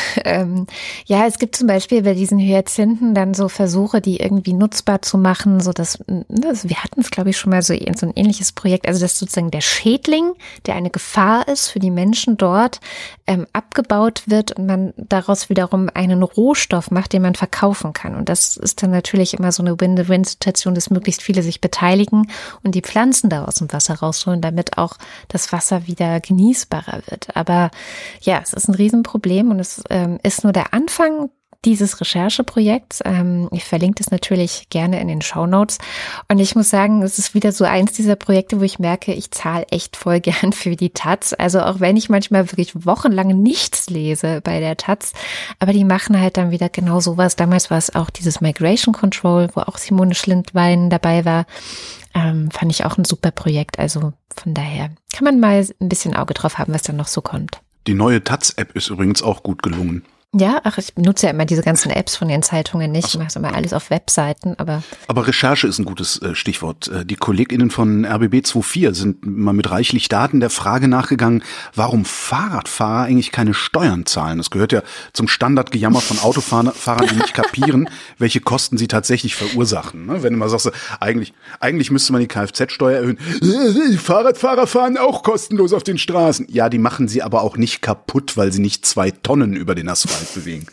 Ja, es gibt zum Beispiel bei diesen Hyazinthen dann so Versuche, die irgendwie nutzbar zu machen, so dass, wir hatten es glaube ich schon mal so ein ähnliches Projekt, also dass sozusagen der Schädling, der eine Gefahr ist für die Menschen dort, abgebaut wird und man daraus wiederum einen Rohstoff macht, den man verkaufen kann. Und das ist dann natürlich immer so eine Win-Win-Situation, dass möglichst viele sich beteiligen und die Pflanzen da aus dem Wasser rausholen, damit auch das Wasser wieder genießbarer wird. Aber ja, es ist ein Riesenproblem und es ist nur der Anfang dieses Rechercheprojekts. Ich verlinke das natürlich gerne in den Shownotes. Und ich muss sagen, es ist wieder so eins dieser Projekte, wo ich merke, ich zahle echt voll gern für die Taz. Also auch wenn ich manchmal wirklich wochenlang nichts lese bei der Taz, aber die machen halt dann wieder genau sowas. Damals war es auch dieses Migration Control, wo auch Simone Schlindwein dabei war. Fand ich auch ein super Projekt. Also von daher kann man mal ein bisschen Auge drauf haben, was dann noch so kommt. Die neue Taz-App ist übrigens auch gut gelungen. Ja, ich nutze ja immer diese ganzen Apps von den Zeitungen nicht. Ich mache es immer alles auf Webseiten, aber Recherche ist ein gutes Stichwort. Die KollegInnen von RBB24 sind mal mit reichlich Daten der Frage nachgegangen, warum Fahrradfahrer eigentlich keine Steuern zahlen. Das gehört ja zum Standardgejammer von Autofahrern, die nicht kapieren, welche Kosten sie tatsächlich verursachen. Wenn du mal sagst, eigentlich müsste man die Kfz-Steuer erhöhen. Die Fahrradfahrer fahren auch kostenlos auf den Straßen. Ja, die machen sie aber auch nicht kaputt, weil sie nicht 2 Tonnen über den Asphalt bewegen.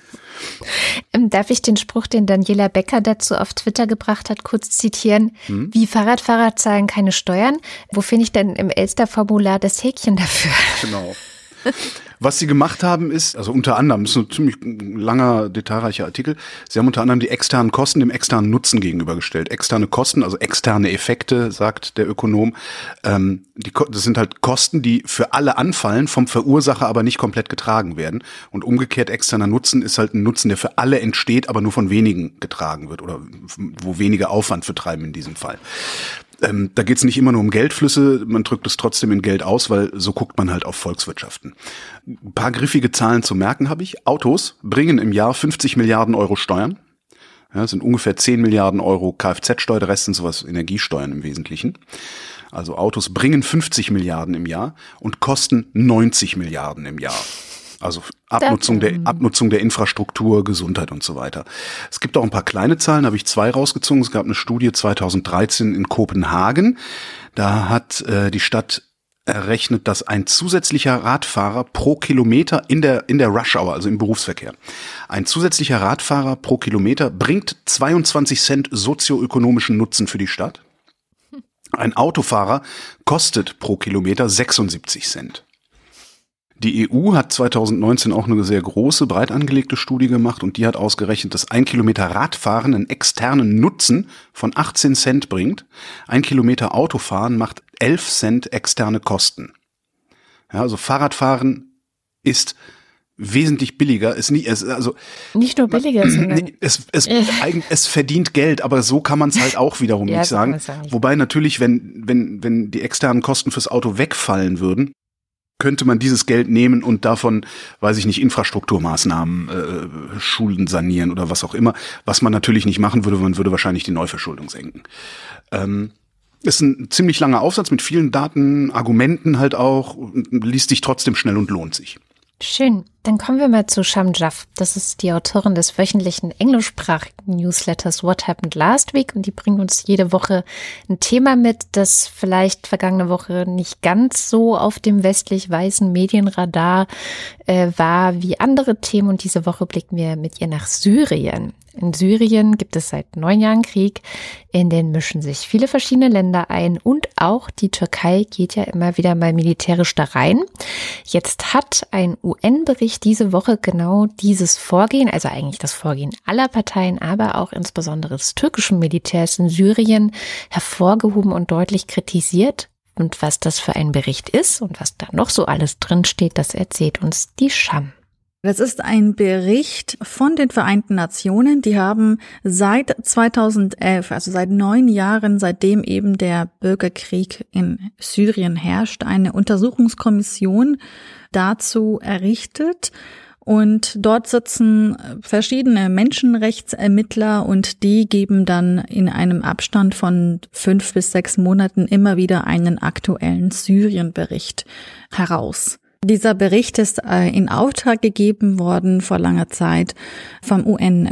Darf ich den Spruch, den Daniela Becker dazu auf Twitter gebracht hat, kurz zitieren? Wie Fahrradfahrer zahlen keine Steuern? Wo finde ich denn im Elster-Formular das Häkchen dafür? Genau. Was sie gemacht haben ist, also unter anderem, das ist ein ziemlich langer, detailreicher Artikel, sie haben unter anderem die externen Kosten dem externen Nutzen gegenübergestellt. Externe Kosten, also externe Effekte, sagt der Ökonom, das sind halt Kosten, die für alle anfallen, vom Verursacher aber nicht komplett getragen werden. Und umgekehrt externer Nutzen ist halt ein Nutzen, der für alle entsteht, aber nur von wenigen getragen wird oder wo wenige Aufwand für treiben in diesem Fall. Da geht's nicht immer nur um Geldflüsse, man drückt es trotzdem in Geld aus, weil so guckt man halt auf Volkswirtschaften. Ein paar griffige Zahlen zu merken habe ich. Autos bringen im Jahr 50 Milliarden Euro Steuern. Ja, das sind ungefähr 10 Milliarden Euro Kfz-Steuer, der Rest sind sowas Energiesteuern im Wesentlichen. Also Autos bringen 50 Milliarden im Jahr und kosten 90 Milliarden im Jahr. Also Abnutzung der Infrastruktur, Gesundheit und so weiter. Es gibt auch ein paar kleine Zahlen, habe ich 2 rausgezogen. Es gab eine Studie 2013 in Kopenhagen. Da hat die Stadt errechnet, dass ein zusätzlicher Radfahrer pro Kilometer in der Rush Hour, also im Berufsverkehr, ein zusätzlicher Radfahrer pro Kilometer bringt 22 Cent sozioökonomischen Nutzen für die Stadt. Ein Autofahrer kostet pro Kilometer 76 Cent. Die EU hat 2019 auch eine sehr große, breit angelegte Studie gemacht und die hat ausgerechnet, dass 1 Kilometer Radfahren einen externen Nutzen von 18 Cent bringt. 1 Kilometer Autofahren macht 11 Cent externe Kosten. Ja, also Fahrradfahren ist wesentlich billiger, nicht nur billiger, sondern es verdient Geld, aber so kann man es halt auch wiederum nicht sagen. Wobei natürlich, wenn die externen Kosten fürs Auto wegfallen würden, könnte man dieses Geld nehmen und davon, weiß ich nicht, Infrastrukturmaßnahmen, Schulen sanieren oder was auch immer, was man natürlich nicht machen würde, man würde wahrscheinlich die Neuverschuldung senken. Ist ein ziemlich langer Aufsatz mit vielen Daten, Argumenten halt auch, liest sich trotzdem schnell und lohnt sich. Schön. Dann kommen wir mal zu Sham Jaff. Das ist die Autorin des wöchentlichen englischsprachigen Newsletters What Happened Last Week und die bringt uns jede Woche ein Thema mit, das vielleicht vergangene Woche nicht ganz so auf dem westlich-weißen Medienradar war wie andere Themen und diese Woche blicken wir mit ihr nach Syrien. In Syrien gibt es seit 9 Jahren Krieg, in den mischen sich viele verschiedene Länder ein und auch die Türkei geht ja immer wieder mal militärisch da rein. Jetzt hat ein UN-Bericht diese Woche genau dieses Vorgehen, also eigentlich das Vorgehen aller Parteien, aber auch insbesondere des türkischen Militärs in Syrien hervorgehoben und deutlich kritisiert. Und was das für ein Bericht ist und was da noch so alles drinsteht, das erzählt uns die Sham. Das ist ein Bericht von den Vereinten Nationen. Die haben seit 2011, also seit 9 Jahren, seitdem eben der Bürgerkrieg in Syrien herrscht, eine Untersuchungskommission dazu errichtet. Und dort sitzen verschiedene Menschenrechtsermittler und die geben dann in einem Abstand von 5 bis 6 Monaten immer wieder einen aktuellen Syrien-Bericht heraus. Dieser Bericht ist in Auftrag gegeben worden vor langer Zeit vom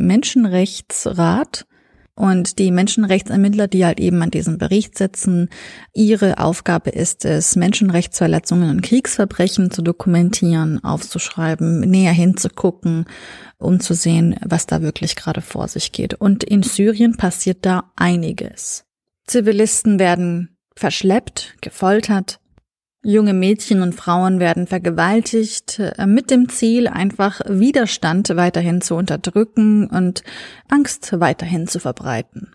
UN-Menschenrechtsrat und die Menschenrechtsermittler, die halt eben an diesem Bericht sitzen, ihre Aufgabe ist es, Menschenrechtsverletzungen und Kriegsverbrechen zu dokumentieren, aufzuschreiben, näher hinzugucken, um zu sehen, was da wirklich gerade vor sich geht. Und in Syrien passiert da einiges. Zivilisten werden verschleppt, gefoltert. Junge Mädchen und Frauen werden vergewaltigt, mit dem Ziel, einfach Widerstand weiterhin zu unterdrücken und Angst weiterhin zu verbreiten.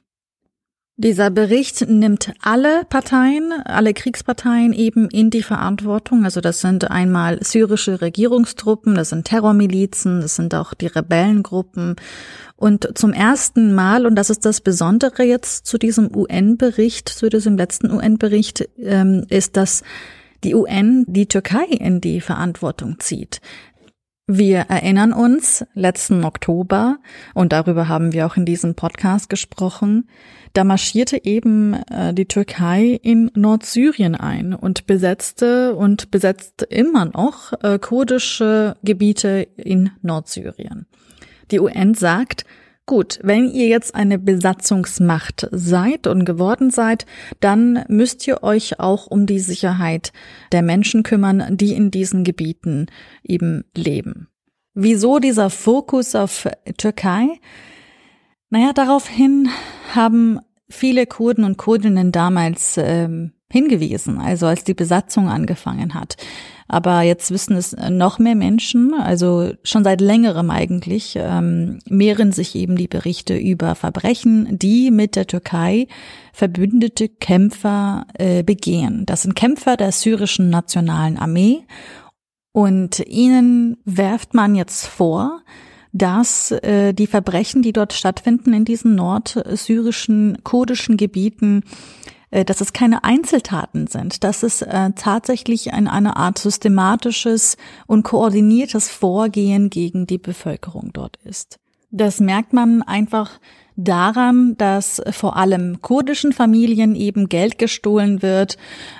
Dieser Bericht nimmt alle Parteien, alle Kriegsparteien eben in die Verantwortung. Also das sind einmal syrische Regierungstruppen, das sind Terrormilizen, das sind auch die Rebellengruppen. Und zum ersten Mal, und das ist das Besondere jetzt zu diesem UN-Bericht, zu diesem letzten UN-Bericht, ist, dass die UN die Türkei in die Verantwortung zieht. Wir erinnern uns, letzten Oktober, und darüber haben wir auch in diesem Podcast gesprochen, da marschierte eben die Türkei in Nordsyrien ein und besetzte und besetzt immer noch kurdische Gebiete in Nordsyrien. Die UN sagt, gut, wenn ihr jetzt eine Besatzungsmacht seid und geworden seid, dann müsst ihr euch auch um die Sicherheit der Menschen kümmern, die in diesen Gebieten eben leben. Wieso dieser Fokus auf Türkei? Naja, daraufhin haben viele Kurden und Kurdinnen damals hingewiesen, also als die Besatzung angefangen hat. Aber jetzt wissen es noch mehr Menschen, also schon seit längerem eigentlich, mehren sich eben die Berichte über Verbrechen, die mit der Türkei verbündete Kämpfer begehen. Das sind Kämpfer der syrischen Nationalen Armee und ihnen werft man jetzt vor, dass die Verbrechen, die dort stattfinden in diesen nordsyrischen, kurdischen Gebieten, dass es keine Einzeltaten sind, dass es tatsächlich eine Art systematisches und koordiniertes Vorgehen gegen die Bevölkerung dort ist. Das merkt man einfach daran, dass vor allem kurdischen Familien eben Geld gestohlen wird,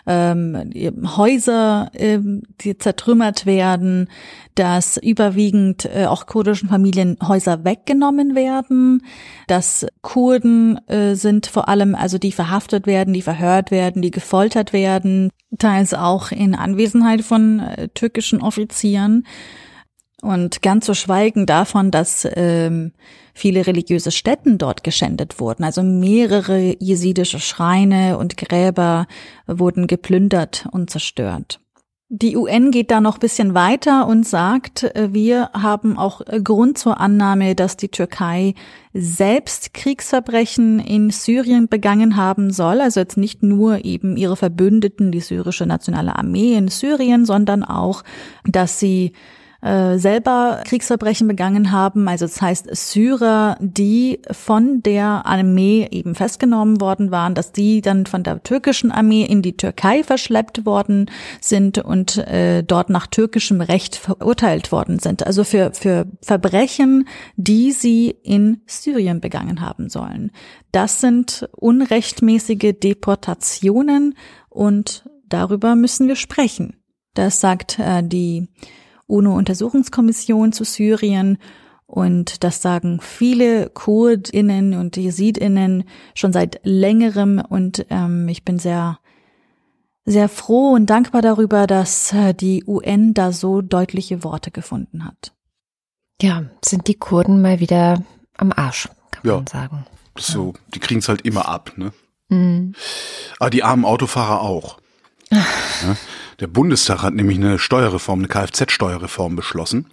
Häuser die zertrümmert werden, dass überwiegend auch kurdischen Familien Häuser weggenommen werden, dass Kurden sind vor allem, also die verhaftet werden, die verhört werden, die gefoltert werden, teils auch in Anwesenheit von türkischen Offizieren. Und ganz zu schweigen davon, dass viele religiöse Stätten dort geschändet wurden. Also mehrere jesidische Schreine und Gräber wurden geplündert und zerstört. Die UN geht da noch ein bisschen weiter und sagt, wir haben auch Grund zur Annahme, dass die Türkei selbst Kriegsverbrechen in Syrien begangen haben soll. Also jetzt nicht nur eben ihre Verbündeten, die syrische Nationale Armee in Syrien, sondern auch, dass sie selber Kriegsverbrechen begangen haben. Also das heißt Syrer, die von der Armee eben festgenommen worden waren, dass die dann von der türkischen Armee in die Türkei verschleppt worden sind und dort nach türkischem Recht verurteilt worden sind. Also für Verbrechen, die sie in Syrien begangen haben sollen. Das sind unrechtmäßige Deportationen und darüber müssen wir sprechen. Das sagt die UNO-Untersuchungskommission zu Syrien und das sagen viele KurdInnen und JesidInnen schon seit längerem und ich bin sehr, sehr froh und dankbar darüber, dass die UN da so deutliche Worte gefunden hat. Ja, sind die Kurden mal wieder am Arsch, kann man sagen. Das ist so, die kriegen es halt immer ab, ne? Mhm. Aber die armen Autofahrer auch. Ja, der Bundestag hat nämlich eine Steuerreform, eine Kfz-Steuerreform beschlossen.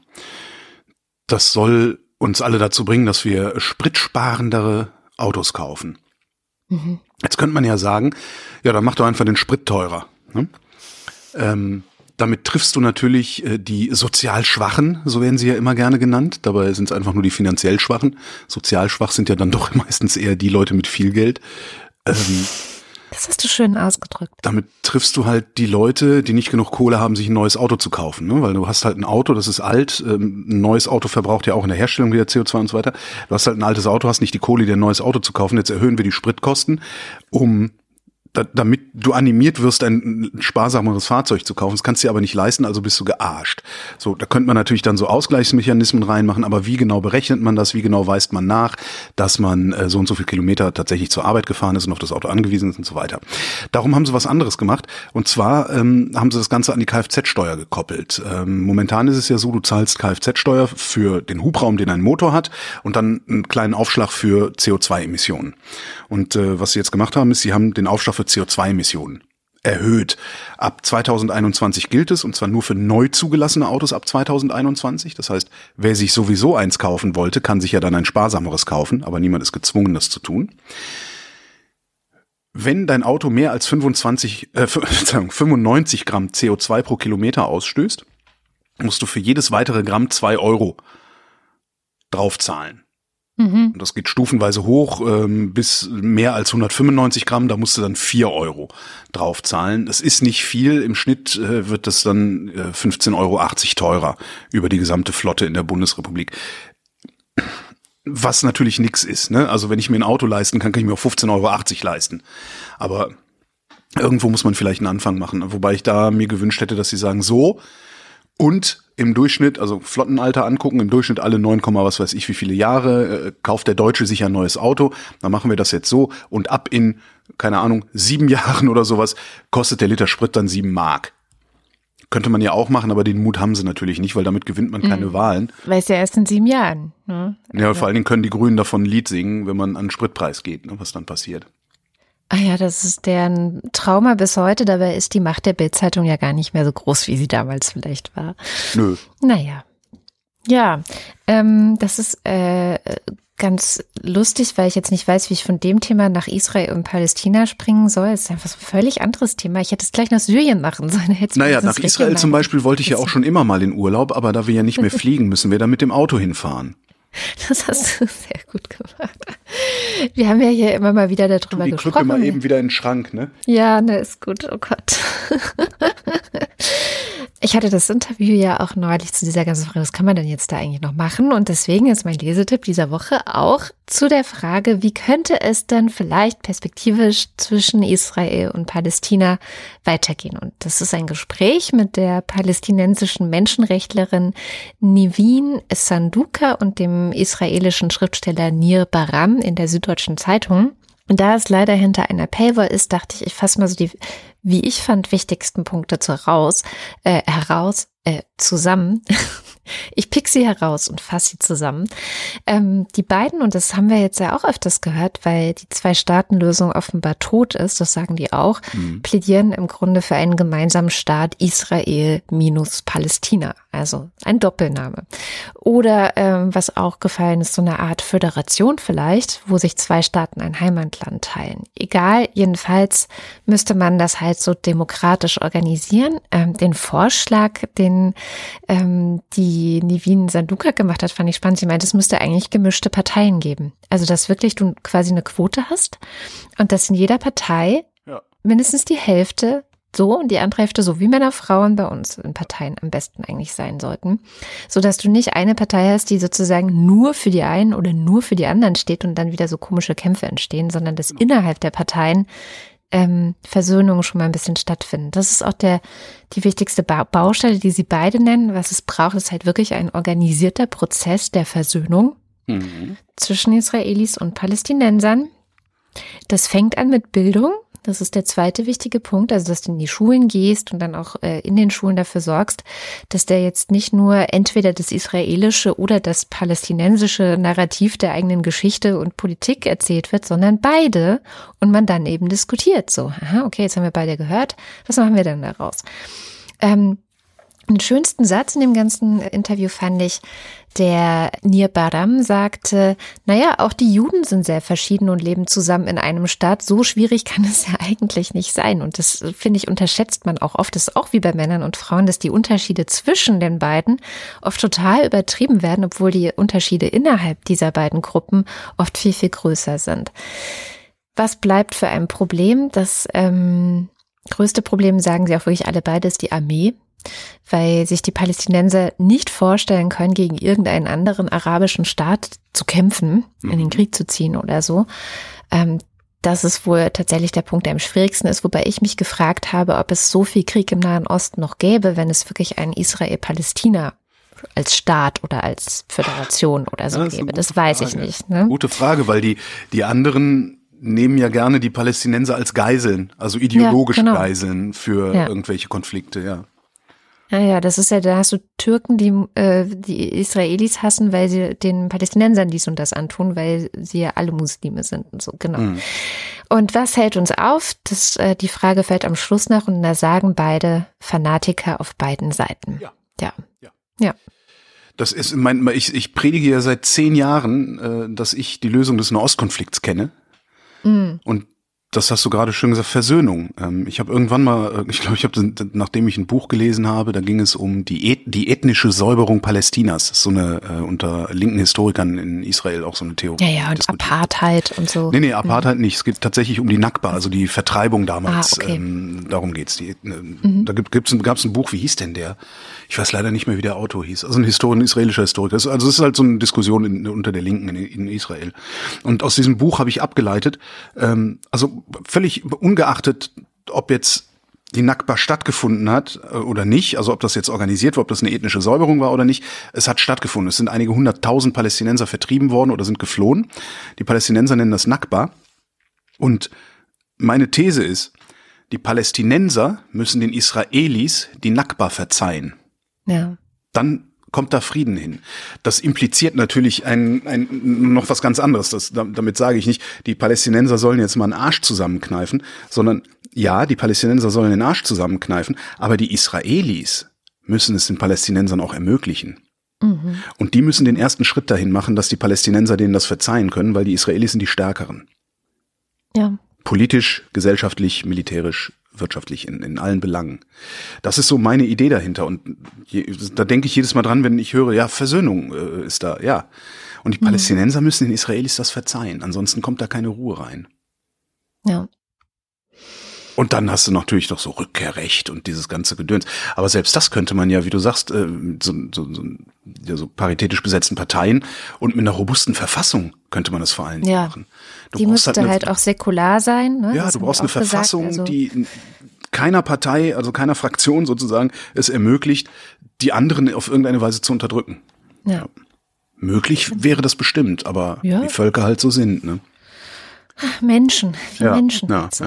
Das soll uns alle dazu bringen, dass wir spritsparendere Autos kaufen. Mhm. Jetzt könnte man ja sagen, ja, dann mach doch einfach den Sprit teurer. Ne? Damit triffst du natürlich die sozial Schwachen, so werden sie ja immer gerne genannt. Dabei sind es einfach nur die finanziell Schwachen. Sozial schwach sind ja dann doch meistens eher die Leute mit viel Geld. Das hast du schön ausgedrückt. Damit triffst du halt die Leute, die nicht genug Kohle haben, sich ein neues Auto zu kaufen. Ne? Weil du hast halt ein Auto, das ist alt. Ein neues Auto verbraucht ja auch in der Herstellung wieder CO2 und so weiter. Du hast halt ein altes Auto, hast nicht die Kohle, dir ein neues Auto zu kaufen. Jetzt erhöhen wir die Spritkosten, damit du animiert wirst, ein sparsameres Fahrzeug zu kaufen. Das kannst du dir aber nicht leisten, also bist du gearscht. So, da könnte man natürlich dann so Ausgleichsmechanismen reinmachen, aber wie genau berechnet man das? Wie genau weist man nach, dass man so und so viel Kilometer tatsächlich zur Arbeit gefahren ist und auf das Auto angewiesen ist und so weiter. Darum haben sie was anderes gemacht. Und zwar haben sie das Ganze an die Kfz-Steuer gekoppelt. Momentan ist es ja so, du zahlst Kfz-Steuer für den Hubraum, den ein Motor hat, und dann einen kleinen Aufschlag für CO2-Emissionen. Und was sie jetzt gemacht haben, ist, sie haben den Aufschlag für CO2-Emissionen erhöht. Ab 2021 gilt es, und zwar nur für neu zugelassene Autos ab 2021. Das heißt, wer sich sowieso eins kaufen wollte, kann sich ja dann ein sparsameres kaufen, aber niemand ist gezwungen, das zu tun. Wenn dein Auto mehr als 95 Gramm CO2 pro Kilometer ausstößt, musst du für jedes weitere Gramm 2 Euro draufzahlen. Und das geht stufenweise hoch bis mehr als 195 Gramm, da musst du dann 4 Euro drauf zahlen. Das ist nicht viel, im Schnitt wird das dann 15,80 Euro teurer über die gesamte Flotte in der Bundesrepublik. Was natürlich nix ist, ne? Also wenn ich mir ein Auto leisten kann, kann ich mir auch 15,80 Euro leisten. Aber irgendwo muss man vielleicht einen Anfang machen, wobei ich da mir gewünscht hätte, dass sie sagen, so, und im Durchschnitt, also Flottenalter angucken, im Durchschnitt alle 9, was weiß ich wie viele Jahre, kauft der Deutsche sich ein neues Auto, dann machen wir das jetzt so, und ab in, keine Ahnung, 7 Jahren oder sowas, kostet der Liter Sprit dann 7 Mark. Könnte man ja auch machen, aber den Mut haben sie natürlich nicht, weil damit gewinnt man keine Wahlen. Weil es ja erst in 7 Jahren. Ne? Ja, vor allen Dingen können die Grünen davon ein Lied singen, wenn man an den Spritpreis geht, ne, was dann passiert. Ah ja, das ist deren Trauma bis heute. Dabei ist die Macht der Bild-Zeitung ja gar nicht mehr so groß, wie sie damals vielleicht war. Nö. Naja. Ja, das ist ganz lustig, weil ich jetzt nicht weiß, wie ich von dem Thema nach Israel und Palästina springen soll. Das ist einfach so ein völlig anderes Thema. Ich hätte es gleich nach Syrien machen sollen. Naja, nach Israel zum Beispiel wollte ich ja auch schon immer mal in Urlaub, aber da wir ja nicht mehr fliegen, müssen wir da mit dem Auto hinfahren. Das hast du sehr gut gemacht. Wir haben ja hier immer mal wieder darüber gesprochen. Ich drücke mal eben wieder in den Schrank, ne? Ja, ne, ist gut. Oh Gott. Ich hatte das Interview ja auch neulich zu dieser ganzen Frage, was kann man denn jetzt da eigentlich noch machen? Und deswegen ist mein Lesetipp dieser Woche auch zu der Frage, wie könnte es denn vielleicht perspektivisch zwischen Israel und Palästina weitergehen? Und das ist ein Gespräch mit der palästinensischen Menschenrechtlerin Nivin Sanduka und dem israelischen Schriftsteller Nir Baram in der Süddeutschen Zeitung. Und da es leider hinter einer Paywall ist, dachte ich, ich fasse mal so die, wie ich fand, wichtigsten Punkte zusammen. Ich pick sie heraus und fasse sie zusammen. Die beiden, und das haben wir jetzt ja auch öfters gehört, weil die Zwei-Staaten-Lösung offenbar tot ist, das sagen die auch, plädieren im Grunde für einen gemeinsamen Staat Israel minus Palästina, also ein Doppelname. Oder was auch gefallen ist, so eine Art Föderation vielleicht, wo sich 2 Staaten ein Heimatland teilen. Egal, jedenfalls müsste man das halt so demokratisch organisieren. Den Vorschlag, den die Nivin Sanduka gemacht hat, fand ich spannend. Sie meinte, es müsste eigentlich gemischte Parteien geben. Also dass wirklich du quasi eine Quote hast und dass in jeder Partei mindestens die Hälfte so und die andere Hälfte so wie Männer, Frauen bei uns in Parteien am besten eigentlich sein sollten, so dass du nicht eine Partei hast, die sozusagen nur für die einen oder nur für die anderen steht und dann wieder so komische Kämpfe entstehen, sondern dass innerhalb der Parteien Versöhnungen schon mal ein bisschen stattfinden. Das ist auch die wichtigste Baustelle, die sie beide nennen. Was es braucht, ist halt wirklich ein organisierter Prozess der Versöhnung zwischen Israelis und Palästinensern. Das fängt an mit Bildung. Das ist der zweite wichtige Punkt, also dass du in die Schulen gehst und dann auch in den Schulen dafür sorgst, dass da jetzt nicht nur entweder das israelische oder das palästinensische Narrativ der eigenen Geschichte und Politik erzählt wird, sondern beide und man dann eben diskutiert. So, aha, okay, jetzt haben wir beide gehört, was machen wir denn daraus? Den schönsten Satz in dem ganzen Interview fand ich, der Nir Baram sagte, naja, auch die Juden sind sehr verschieden und leben zusammen in einem Staat. So schwierig kann es ja eigentlich nicht sein. Und das, finde ich, unterschätzt man auch oft. Das ist auch wie bei Männern und Frauen, dass die Unterschiede zwischen den beiden oft total übertrieben werden, obwohl die Unterschiede innerhalb dieser beiden Gruppen oft viel, viel größer sind. Was bleibt für ein Problem? Das größte Problem, sagen sie auch wirklich alle beide, ist die Armee. Weil sich die Palästinenser nicht vorstellen können, gegen irgendeinen anderen arabischen Staat zu kämpfen, in den Krieg zu ziehen oder so. Das ist wohl tatsächlich der Punkt, der am schwierigsten ist, wobei ich mich gefragt habe, ob es so viel Krieg im Nahen Osten noch gäbe, wenn es wirklich einen Israel-Palästina als Staat oder als Föderation oder so gäbe. Das weiß ich nicht. Ne? Gute Frage, weil die anderen nehmen ja gerne die Palästinenser als Geiseln, also ideologische Geiseln für irgendwelche Konflikte, Ja, das ist ja, da hast du Türken, die Israelis hassen, weil sie den Palästinensern dies und das antun, weil sie ja alle Muslime sind und so, genau. Und was hält uns auf? Die Frage fällt am Schluss nach und da sagen beide Fanatiker auf beiden Seiten. Ja. Das ist, ich predige ja seit 10 Jahren, dass ich die Lösung des Nahostkonflikts kenne. Und das hast du gerade schön gesagt, Versöhnung. Ich habe irgendwann mal, nachdem ich ein Buch gelesen habe, da ging es um die ethnische Säuberung Palästinas. Das ist so eine, unter linken Historikern in Israel auch so eine Theorie. Ja, und Apartheid und so. Nee, Apartheid nicht. Es geht tatsächlich um die Nakba, also die Vertreibung damals. Okay. Darum geht's. Da gab's ein Buch, wie hieß denn der? Ich weiß leider nicht mehr, wie der Autor hieß. Also ein israelischer Historiker. Also es ist halt so eine Diskussion unter der Linken in Israel. Und aus diesem Buch habe ich abgeleitet, also völlig ungeachtet, ob jetzt die Nakba stattgefunden hat oder nicht, also ob das jetzt organisiert war, ob das eine ethnische Säuberung war oder nicht, es hat stattgefunden. Es sind einige 100.000 Palästinenser vertrieben worden oder sind geflohen. Die Palästinenser nennen das Nakba. Und meine These ist, die Palästinenser müssen den Israelis die Nakba verzeihen. Ja. Dann kommt da Frieden hin. Das impliziert natürlich noch was ganz anderes. Damit sage ich nicht, die Palästinenser sollen jetzt mal einen Arsch zusammenkneifen, sondern ja, die Palästinenser sollen den Arsch zusammenkneifen, aber die Israelis müssen es den Palästinensern auch ermöglichen. Und die müssen den ersten Schritt dahin machen, dass die Palästinenser denen das verzeihen können, weil die Israelis sind die Stärkeren. Ja. Politisch, gesellschaftlich, militärisch, wirtschaftlich, in allen Belangen. Das ist so meine Idee dahinter. Und da denke ich jedes Mal dran, wenn ich höre, ja, Versöhnung ist da, ja. Und die Palästinenser müssen den Israelis das verzeihen. Ansonsten kommt da keine Ruhe rein. Ja. Und dann hast du natürlich noch so Rückkehrrecht und dieses ganze Gedöns. Aber selbst das könnte man ja, wie du sagst, so paritätisch besetzten Parteien und mit einer robusten Verfassung könnte man das vor allen Dingen machen. Die müsste halt auch säkular sein. Ne? Ja, du brauchst eine Verfassung, die keiner Partei, also keiner Fraktion sozusagen, es ermöglicht, die anderen auf irgendeine Weise zu unterdrücken. Ja. Möglich wäre das bestimmt, aber wie Völker halt so sind. Ne? Menschen, Menschen sind.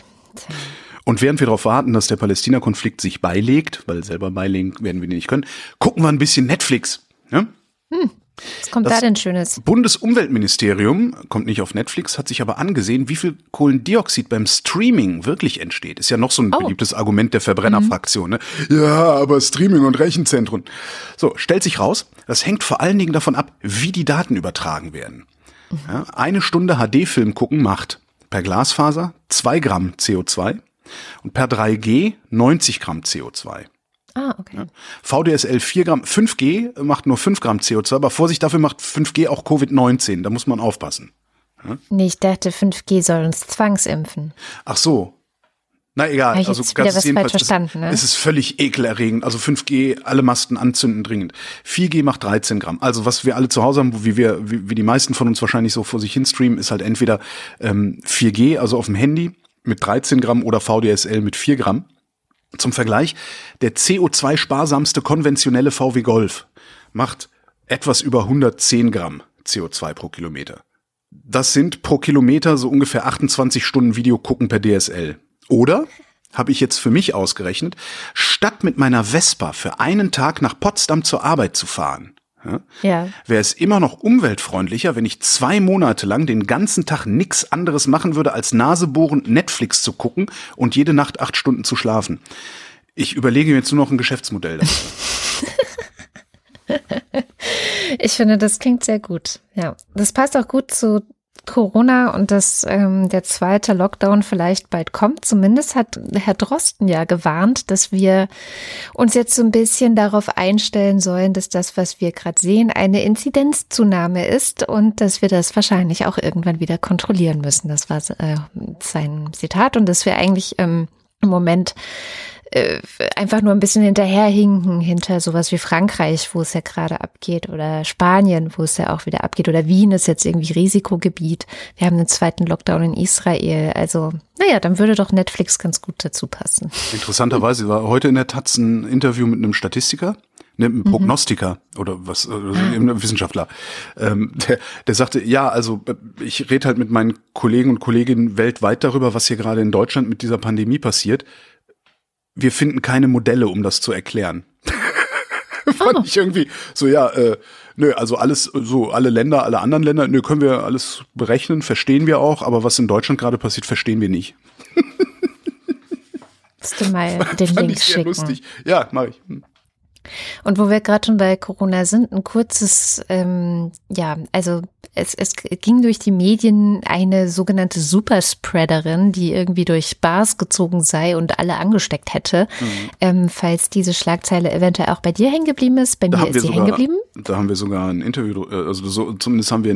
Und während wir darauf warten, dass der Palästina-Konflikt sich beilegt, weil selber beilegen werden wir nicht können, gucken wir ein bisschen Netflix. Ja? Was kommt da denn Schönes? Bundesumweltministerium, kommt nicht auf Netflix, hat sich aber angesehen, wie viel Kohlendioxid beim Streaming wirklich entsteht. Ist ja noch so ein beliebtes Argument der Verbrennerfraktion. Ne? Ja, aber Streaming und Rechenzentren. So, stellt sich raus, das hängt vor allen Dingen davon ab, wie die Daten übertragen werden. Ja, 1 Stunde HD-Film gucken macht per Glasfaser 2 Gramm CO2. Und per 3G 90 Gramm CO2. Ah, okay. Ja. VDSL 4 Gramm, 5G macht nur 5 Gramm CO2, aber Vorsicht, dafür macht 5G auch Covid-19, da muss man aufpassen. Ja? Nee, ich dachte, 5G soll uns zwangsimpfen. Ach so. Na egal, Habe ich also jetzt wieder was falsch verstanden, ne? Es ist völlig ekelerregend. Also 5G, alle Masten anzünden dringend. 4G macht 13 Gramm. Also was wir alle zu Hause haben, wie die meisten von uns wahrscheinlich so vor sich hin streamen, ist halt entweder 4G, also auf dem Handy mit 13 Gramm oder VDSL mit 4 Gramm. Zum Vergleich, der CO2-sparsamste konventionelle VW Golf macht etwas über 110 Gramm CO2 pro Kilometer. Das sind pro Kilometer so ungefähr 28 Stunden Video gucken per DSL. Oder, habe ich jetzt für mich ausgerechnet, statt mit meiner Vespa für einen Tag nach Potsdam zur Arbeit zu fahren, wäre es immer noch umweltfreundlicher, wenn ich 2 Monate lang den ganzen Tag nichts anderes machen würde, als nasebohrend Netflix zu gucken und jede Nacht 8 Stunden zu schlafen. Ich überlege mir jetzt nur noch ein Geschäftsmodell dafür. Ich finde, das klingt sehr gut. Ja, das passt auch gut zu Corona und dass der zweite Lockdown vielleicht bald kommt. Zumindest hat Herr Drosten ja gewarnt, dass wir uns jetzt so ein bisschen darauf einstellen sollen, dass das, was wir gerade sehen, eine Inzidenzzunahme ist und dass wir das wahrscheinlich auch irgendwann wieder kontrollieren müssen. Das war sein Zitat und dass wir eigentlich im Moment einfach nur ein bisschen hinterherhinken hinter sowas wie Frankreich, wo es ja gerade abgeht, oder Spanien, wo es ja auch wieder abgeht, oder Wien ist jetzt irgendwie Risikogebiet. Wir haben einen zweiten Lockdown in Israel. Also, naja, dann würde doch Netflix ganz gut dazu passen. Interessanterweise war heute in der Taz ein Interview mit einem Statistiker, einem Prognostiker oder was, einem Wissenschaftler. Der sagte, ja, also ich rede halt mit meinen Kollegen und Kolleginnen weltweit darüber, was hier gerade in Deutschland mit dieser Pandemie passiert. Wir finden keine Modelle, um das zu erklären. Fand ich irgendwie so, also alles, so alle Länder, alle anderen Länder, können wir alles berechnen, verstehen wir auch, aber was in Deutschland gerade passiert, verstehen wir nicht. Musst du mal den Link schicken. Lustig. Ja, mache ich. Und wo wir gerade schon bei Corona sind, ein kurzes, also es ging durch die Medien eine sogenannte Superspreaderin, die irgendwie durch Bars gezogen sei und alle angesteckt hätte. Falls diese Schlagzeile eventuell auch bei dir hängen geblieben ist, bei mir ist sie hängen geblieben. Da haben wir sogar ein Interview, zumindest haben wir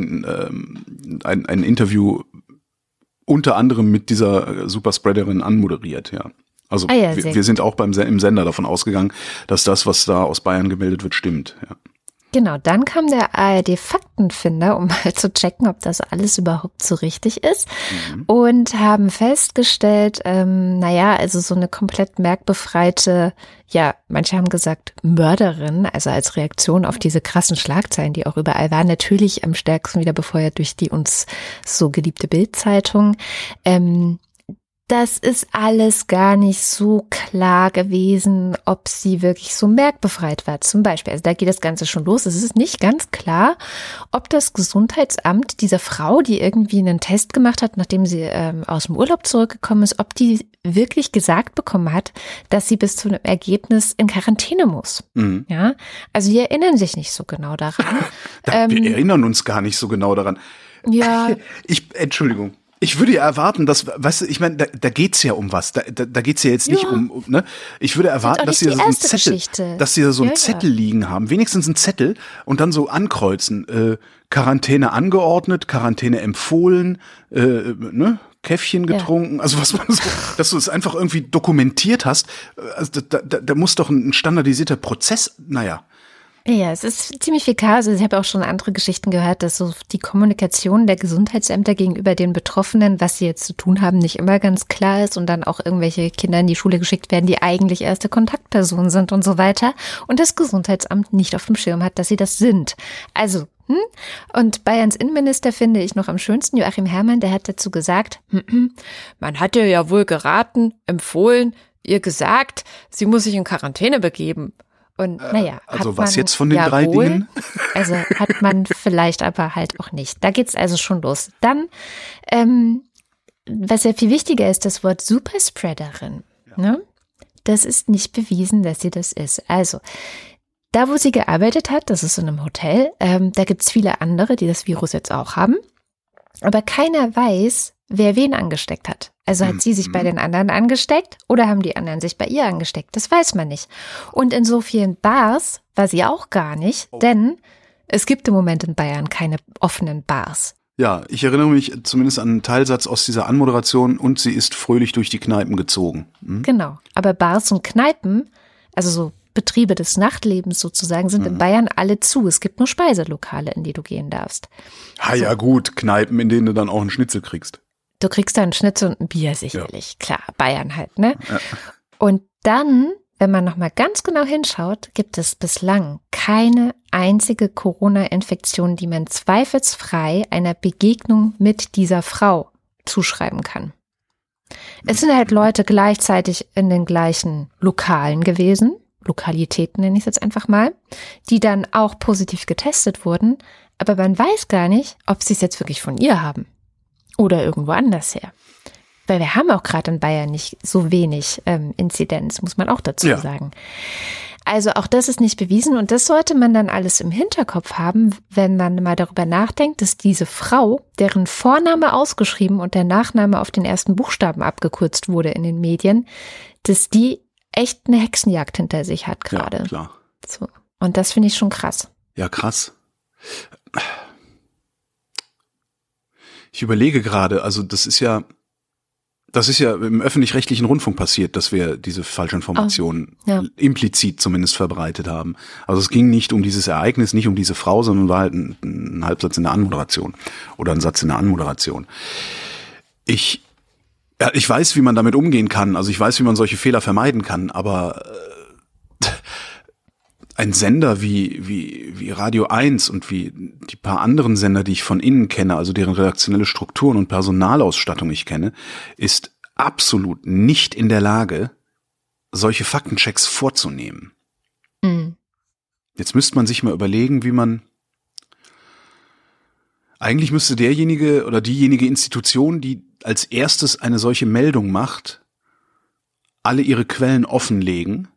ein Interview unter anderem mit dieser Superspreaderin anmoderiert, ja. Also wir sind auch im Sender davon ausgegangen, dass das, was da aus Bayern gemeldet wird, stimmt. Ja. Genau, dann kam der ARD-Faktenfinder, um mal zu checken, ob das alles überhaupt so richtig ist. Und haben festgestellt, also so eine komplett merkbefreite, manche haben gesagt Mörderin, also als Reaktion auf diese krassen Schlagzeilen, die auch überall waren, natürlich am stärksten wieder befeuert durch die uns so geliebte Bild-Zeitung. Das ist alles gar nicht so klar gewesen, ob sie wirklich so merkbefreit war. Zum Beispiel, also da geht das Ganze schon los. Es ist nicht ganz klar, ob das Gesundheitsamt dieser Frau, die irgendwie einen Test gemacht hat, nachdem sie aus dem Urlaub zurückgekommen ist, ob die wirklich gesagt bekommen hat, dass sie bis zu einem Ergebnis in Quarantäne muss. Ja, also die erinnern sich nicht so genau daran. Wir erinnern uns gar nicht so genau daran. Ja. Entschuldigung. Ich würde ja erwarten, dass, weißt du, ich meine, da geht's ja um was. Da geht's ja jetzt nicht um, ne? Ich würde erwarten, dass sie so einen Zettel liegen haben, wenigstens einen Zettel und dann so ankreuzen, Quarantäne angeordnet, Quarantäne empfohlen, Käffchen getrunken, also was man so, dass du es einfach irgendwie dokumentiert hast. Also da muss doch ein standardisierter Prozess, Ja, es ist ziemlich viel Chaos. Ich habe auch schon andere Geschichten gehört, dass so die Kommunikation der Gesundheitsämter gegenüber den Betroffenen, was sie jetzt zu tun haben, nicht immer ganz klar ist und dann auch irgendwelche Kinder in die Schule geschickt werden, die eigentlich erste Kontaktpersonen sind und so weiter. Und das Gesundheitsamt nicht auf dem Schirm hat, dass sie das sind. Also, Und Bayerns Innenminister finde ich noch am schönsten, Joachim Herrmann, der hat dazu gesagt, man hat ihr ja wohl geraten, empfohlen, ihr gesagt, sie muss sich in Quarantäne begeben. Und also was jetzt von den 3 Dingen? Also hat man vielleicht aber halt auch nicht. Da geht's also schon los. Dann, was ja viel wichtiger ist, das Wort Superspreaderin. Ne? Das ist nicht bewiesen, dass sie das ist. Also da, wo sie gearbeitet hat, das ist in einem Hotel, da gibt's viele andere, die das Virus jetzt auch haben. Aber keiner weiß, wer wen angesteckt hat. Also hat sie sich bei den anderen angesteckt oder haben die anderen sich bei ihr angesteckt? Das weiß man nicht. Und in so vielen Bars war sie auch gar nicht, denn es gibt im Moment in Bayern keine offenen Bars. Ja, ich erinnere mich zumindest an einen Teilsatz aus dieser Anmoderation und sie ist fröhlich durch die Kneipen gezogen. Genau, aber Bars und Kneipen, also so Betriebe des Nachtlebens sozusagen, sind in Bayern alle zu. Es gibt nur Speiselokale, in die du gehen darfst. Ja gut, Kneipen, in denen du dann auch einen Schnitzel kriegst. Du kriegst da einen Schnitzel und ein Bier sicherlich, klar, Bayern halt, ne? Ja. Und dann, wenn man nochmal ganz genau hinschaut, gibt es bislang keine einzige Corona-Infektion, die man zweifelsfrei einer Begegnung mit dieser Frau zuschreiben kann. Es sind halt Leute gleichzeitig in den gleichen Lokalen gewesen, Lokalitäten nenne ich es jetzt einfach mal, die dann auch positiv getestet wurden, aber man weiß gar nicht, ob sie es jetzt wirklich von ihr haben oder irgendwo anders her. Weil wir haben auch gerade in Bayern nicht so wenig Inzidenz, muss man auch dazu sagen. Also auch das ist nicht bewiesen und das sollte man dann alles im Hinterkopf haben, wenn man mal darüber nachdenkt, dass diese Frau, deren Vorname ausgeschrieben und der Nachname auf den ersten Buchstaben abgekürzt wurde in den Medien, dass die echt eine Hexenjagd hinter sich hat gerade. Ja, klar. So. Und das finde ich schon krass. Ja, krass. Ich überlege gerade, also das ist ja im öffentlich-rechtlichen Rundfunk passiert, dass wir diese Falschinformationen implizit zumindest verbreitet haben. Also es ging nicht um dieses Ereignis, nicht um diese Frau, sondern war halt ein Halbsatz in der Anmoderation oder ein Satz in der Anmoderation. Ich weiß, wie man damit umgehen kann. Also ich weiß, wie man solche Fehler vermeiden kann. Aber ein Sender wie Radio 1 und wie die paar anderen Sender, die ich von innen kenne, also deren redaktionelle Strukturen und Personalausstattung ich kenne, ist absolut nicht in der Lage, solche Faktenchecks vorzunehmen. Mhm. Jetzt müsste man sich mal überlegen, wie man eigentlich müsste derjenige oder diejenige Institution, die als erstes eine solche Meldung macht, alle ihre Quellen offenlegen,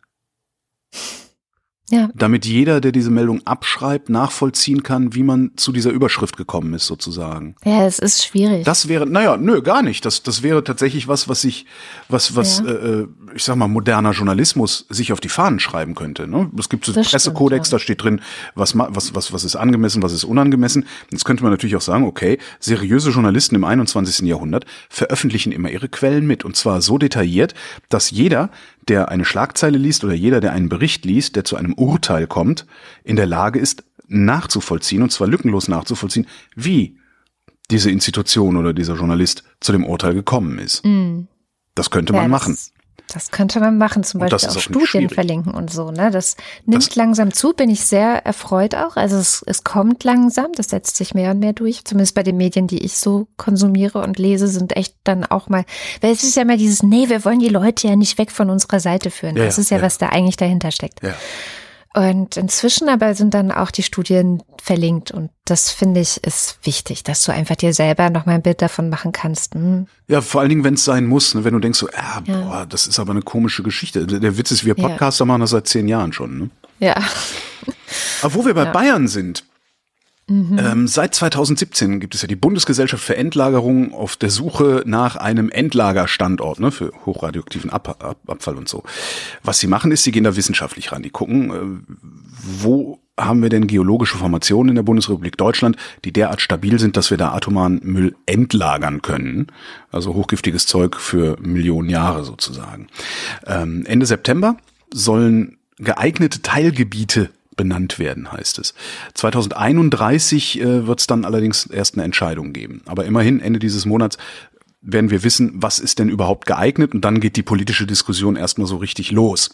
damit jeder, der diese Meldung abschreibt, nachvollziehen kann, wie man zu dieser Überschrift gekommen ist, sozusagen. Ja, es ist schwierig. Das wäre, gar nicht. Das wäre tatsächlich was ich sag mal, moderner Journalismus sich auf die Fahnen schreiben könnte. Ne? Es gibt so einen Pressekodex, da steht drin, was ist angemessen, was ist unangemessen. Jetzt könnte man natürlich auch sagen, okay, seriöse Journalisten im 21. Jahrhundert veröffentlichen immer ihre Quellen mit. Und zwar so detailliert, dass jeder, der eine Schlagzeile liest oder jeder, der einen Bericht liest, der zu einem Urteil kommt, in der Lage ist, nachzuvollziehen, und zwar lückenlos nachzuvollziehen, wie diese Institution oder dieser Journalist zu dem Urteil gekommen ist. Mhm. Das könnte man machen. Das könnte man machen, zum Beispiel auch Studien verlinken und so. Ne? Das nimmt langsam zu, bin ich sehr erfreut auch. Also es kommt langsam, das setzt sich mehr und mehr durch. Zumindest bei den Medien, die ich so konsumiere und lese, sind echt dann auch mal, weil es ist ja immer dieses, wir wollen die Leute ja nicht weg von unserer Seite führen. Das ist ja, was da eigentlich dahinter steckt. Ja. Und inzwischen aber sind dann auch die Studien verlinkt und das finde ich ist wichtig, dass du einfach dir selber noch mal ein Bild davon machen kannst. Ja, vor allen Dingen, wenn es sein muss, ne? Wenn du denkst so, das ist aber eine komische Geschichte. Der Witz ist, wir Podcaster machen das seit 10 Jahren schon. Ne? Ja. Aber wo wir bei Bayern sind, seit 2017 gibt es ja die Bundesgesellschaft für Endlagerung auf der Suche nach einem Endlagerstandort, ne, für hochradioaktiven Abfall und so. Was sie machen ist, sie gehen da wissenschaftlich ran. Die gucken, wo haben wir denn geologische Formationen in der Bundesrepublik Deutschland, die derart stabil sind, dass wir da atomaren Müll entlagern können. Also hochgiftiges Zeug für Millionen Jahre sozusagen. Ende September sollen geeignete Teilgebiete benannt werden, heißt es. 2031 wird es dann allerdings erst eine Entscheidung geben. Aber immerhin, Ende dieses Monats werden wir wissen, was ist denn überhaupt geeignet, und dann geht die politische Diskussion erstmal so richtig los.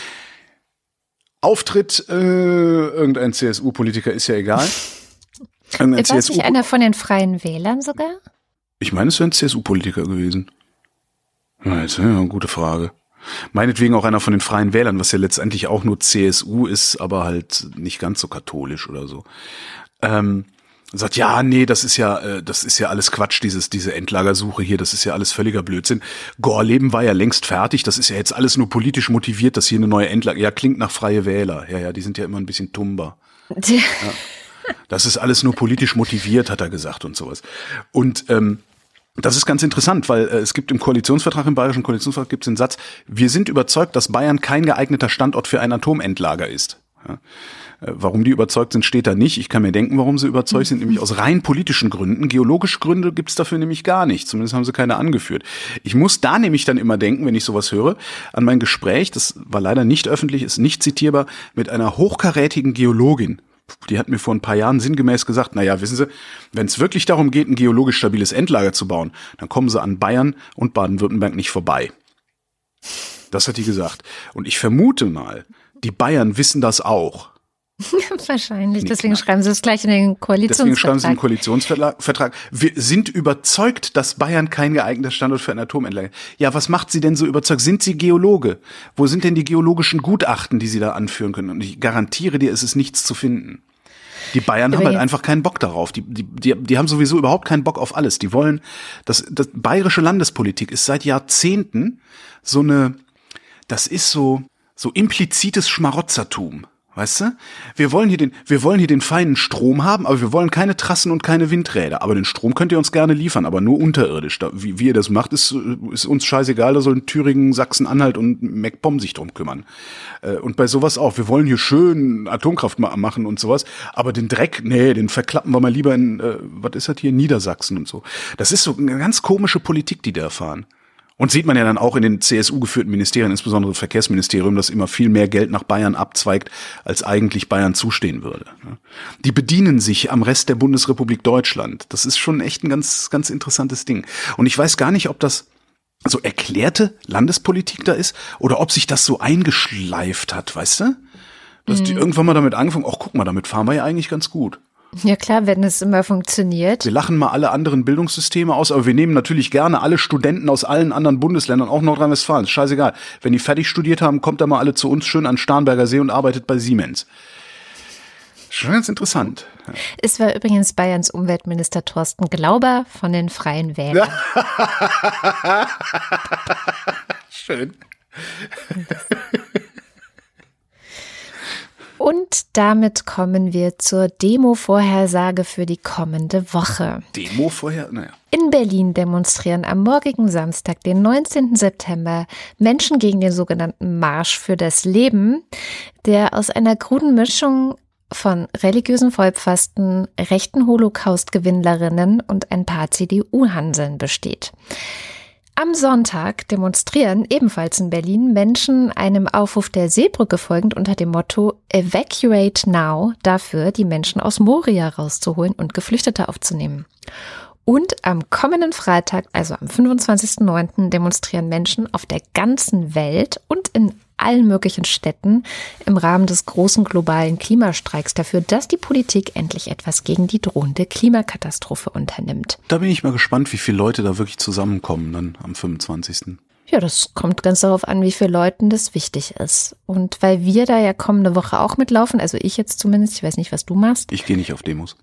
Auftritt irgendein CSU-Politiker, ist ja egal. War nicht einer von den Freien Wählern sogar? Ich meine, es wäre ein CSU-Politiker gewesen. Ja, jetzt eine gute Frage. Meinetwegen auch einer von den Freien Wählern, was ja letztendlich auch nur CSU ist, aber halt nicht ganz so katholisch oder so. Sagt, das ist ja alles Quatsch, diese Endlagersuche hier, das ist ja alles völliger Blödsinn. Gorleben war ja längst fertig, das ist ja jetzt alles nur politisch motiviert, dass hier eine neue klingt nach Freie Wähler. Ja, die sind ja immer ein bisschen tumber. Ja. Das ist alles nur politisch motiviert, hat er gesagt und sowas. Und Das ist ganz interessant, weil es gibt im Koalitionsvertrag, im bayerischen Koalitionsvertrag gibt es den Satz, wir sind überzeugt, dass Bayern kein geeigneter Standort für ein Atomendlager ist. Ja. Warum die überzeugt sind, steht da nicht. Ich kann mir denken, warum sie überzeugt sind, nämlich aus rein politischen Gründen. Geologische Gründe gibt's dafür nämlich gar nicht. Zumindest haben sie keine angeführt. Ich muss da nämlich dann immer denken, wenn ich sowas höre, an mein Gespräch, das war leider nicht öffentlich, ist nicht zitierbar, mit einer hochkarätigen Geologin. Die hat mir vor ein paar Jahren sinngemäß gesagt, naja, wissen Sie, wenn es wirklich darum geht, ein geologisch stabiles Endlager zu bauen, dann kommen Sie an Bayern und Baden-Württemberg nicht vorbei. Das hat die gesagt. Und ich vermute mal, die Bayern wissen das auch. Wahrscheinlich, deswegen schreiben sie es gleich in den Koalitionsvertrag. Deswegen schreiben sie in den Koalitionsvertrag. Wir sind überzeugt, dass Bayern kein geeigneter Standort für ein Atomendlager ist. Ja, was macht sie denn so überzeugt? Sind Sie Geologe? Wo sind denn die geologischen Gutachten, die Sie da anführen können? Und ich garantiere dir, es ist nichts zu finden. Die Bayern haben halt einfach keinen Bock darauf. Die haben sowieso überhaupt keinen Bock auf alles. Die wollen, das bayerische Landespolitik ist seit Jahrzehnten das ist so implizites Schmarotzertum. Weißt du? Wir wollen hier den feinen Strom haben, aber wir wollen keine Trassen und keine Windräder. Aber den Strom könnt ihr uns gerne liefern, aber nur unterirdisch. Wie ihr das macht, ist uns scheißegal. Da sollen Thüringen, Sachsen-Anhalt und MacPom sich drum kümmern. Und bei sowas auch. Wir wollen hier schön Atomkraft machen und sowas. Aber den Dreck, den verklappen wir mal lieber in, was ist das hier, Niedersachsen und so. Das ist so eine ganz komische Politik, die da fahren. Und sieht man ja dann auch in den CSU-geführten Ministerien, insbesondere das Verkehrsministerium, das immer viel mehr Geld nach Bayern abzweigt, als eigentlich Bayern zustehen würde. Die bedienen sich am Rest der Bundesrepublik Deutschland. Das ist schon echt ein ganz, ganz interessantes Ding. Und ich weiß gar nicht, ob das so erklärte Landespolitik da ist oder ob sich das so eingeschleift hat, weißt du? Dass die irgendwann mal damit angefangen, guck mal, damit fahren wir ja eigentlich ganz gut. Ja klar, wenn es immer funktioniert. Wir lachen mal alle anderen Bildungssysteme aus, aber wir nehmen natürlich gerne alle Studenten aus allen anderen Bundesländern, auch Nordrhein-Westfalen. Ist scheißegal. Wenn die fertig studiert haben, kommt da mal alle zu uns schön an Starnberger See und arbeitet bei Siemens. Schon ganz interessant. Ja. Es war übrigens Bayerns Umweltminister Thorsten Glauber von den Freien Wählern. Schön. Und damit kommen wir zur Demo-Vorhersage für die kommende Woche. Naja. In Berlin demonstrieren am morgigen Samstag, den 19. September, Menschen gegen den sogenannten Marsch für das Leben, der aus einer kruden Mischung von religiösen Vollpfosten, rechten Holocaust-Gewinnlerinnen und ein paar CDU-Hanseln besteht. Am Sonntag demonstrieren ebenfalls in Berlin Menschen einem Aufruf der Seebrücke folgend unter dem Motto Evacuate Now dafür, die Menschen aus Moria rauszuholen und Geflüchtete aufzunehmen. Und am kommenden Freitag, also am 25.09., demonstrieren Menschen auf der ganzen Welt und in allen möglichen Städten im Rahmen des großen globalen Klimastreiks dafür, dass die Politik endlich etwas gegen die drohende Klimakatastrophe unternimmt. Da bin ich mal gespannt, wie viele Leute da wirklich zusammenkommen dann am 25. Ja, das kommt ganz darauf an, wie vielen Leuten das wichtig ist. Und weil wir da ja kommende Woche auch mitlaufen, also ich jetzt zumindest, ich weiß nicht, was du machst. Ich gehe nicht auf Demos.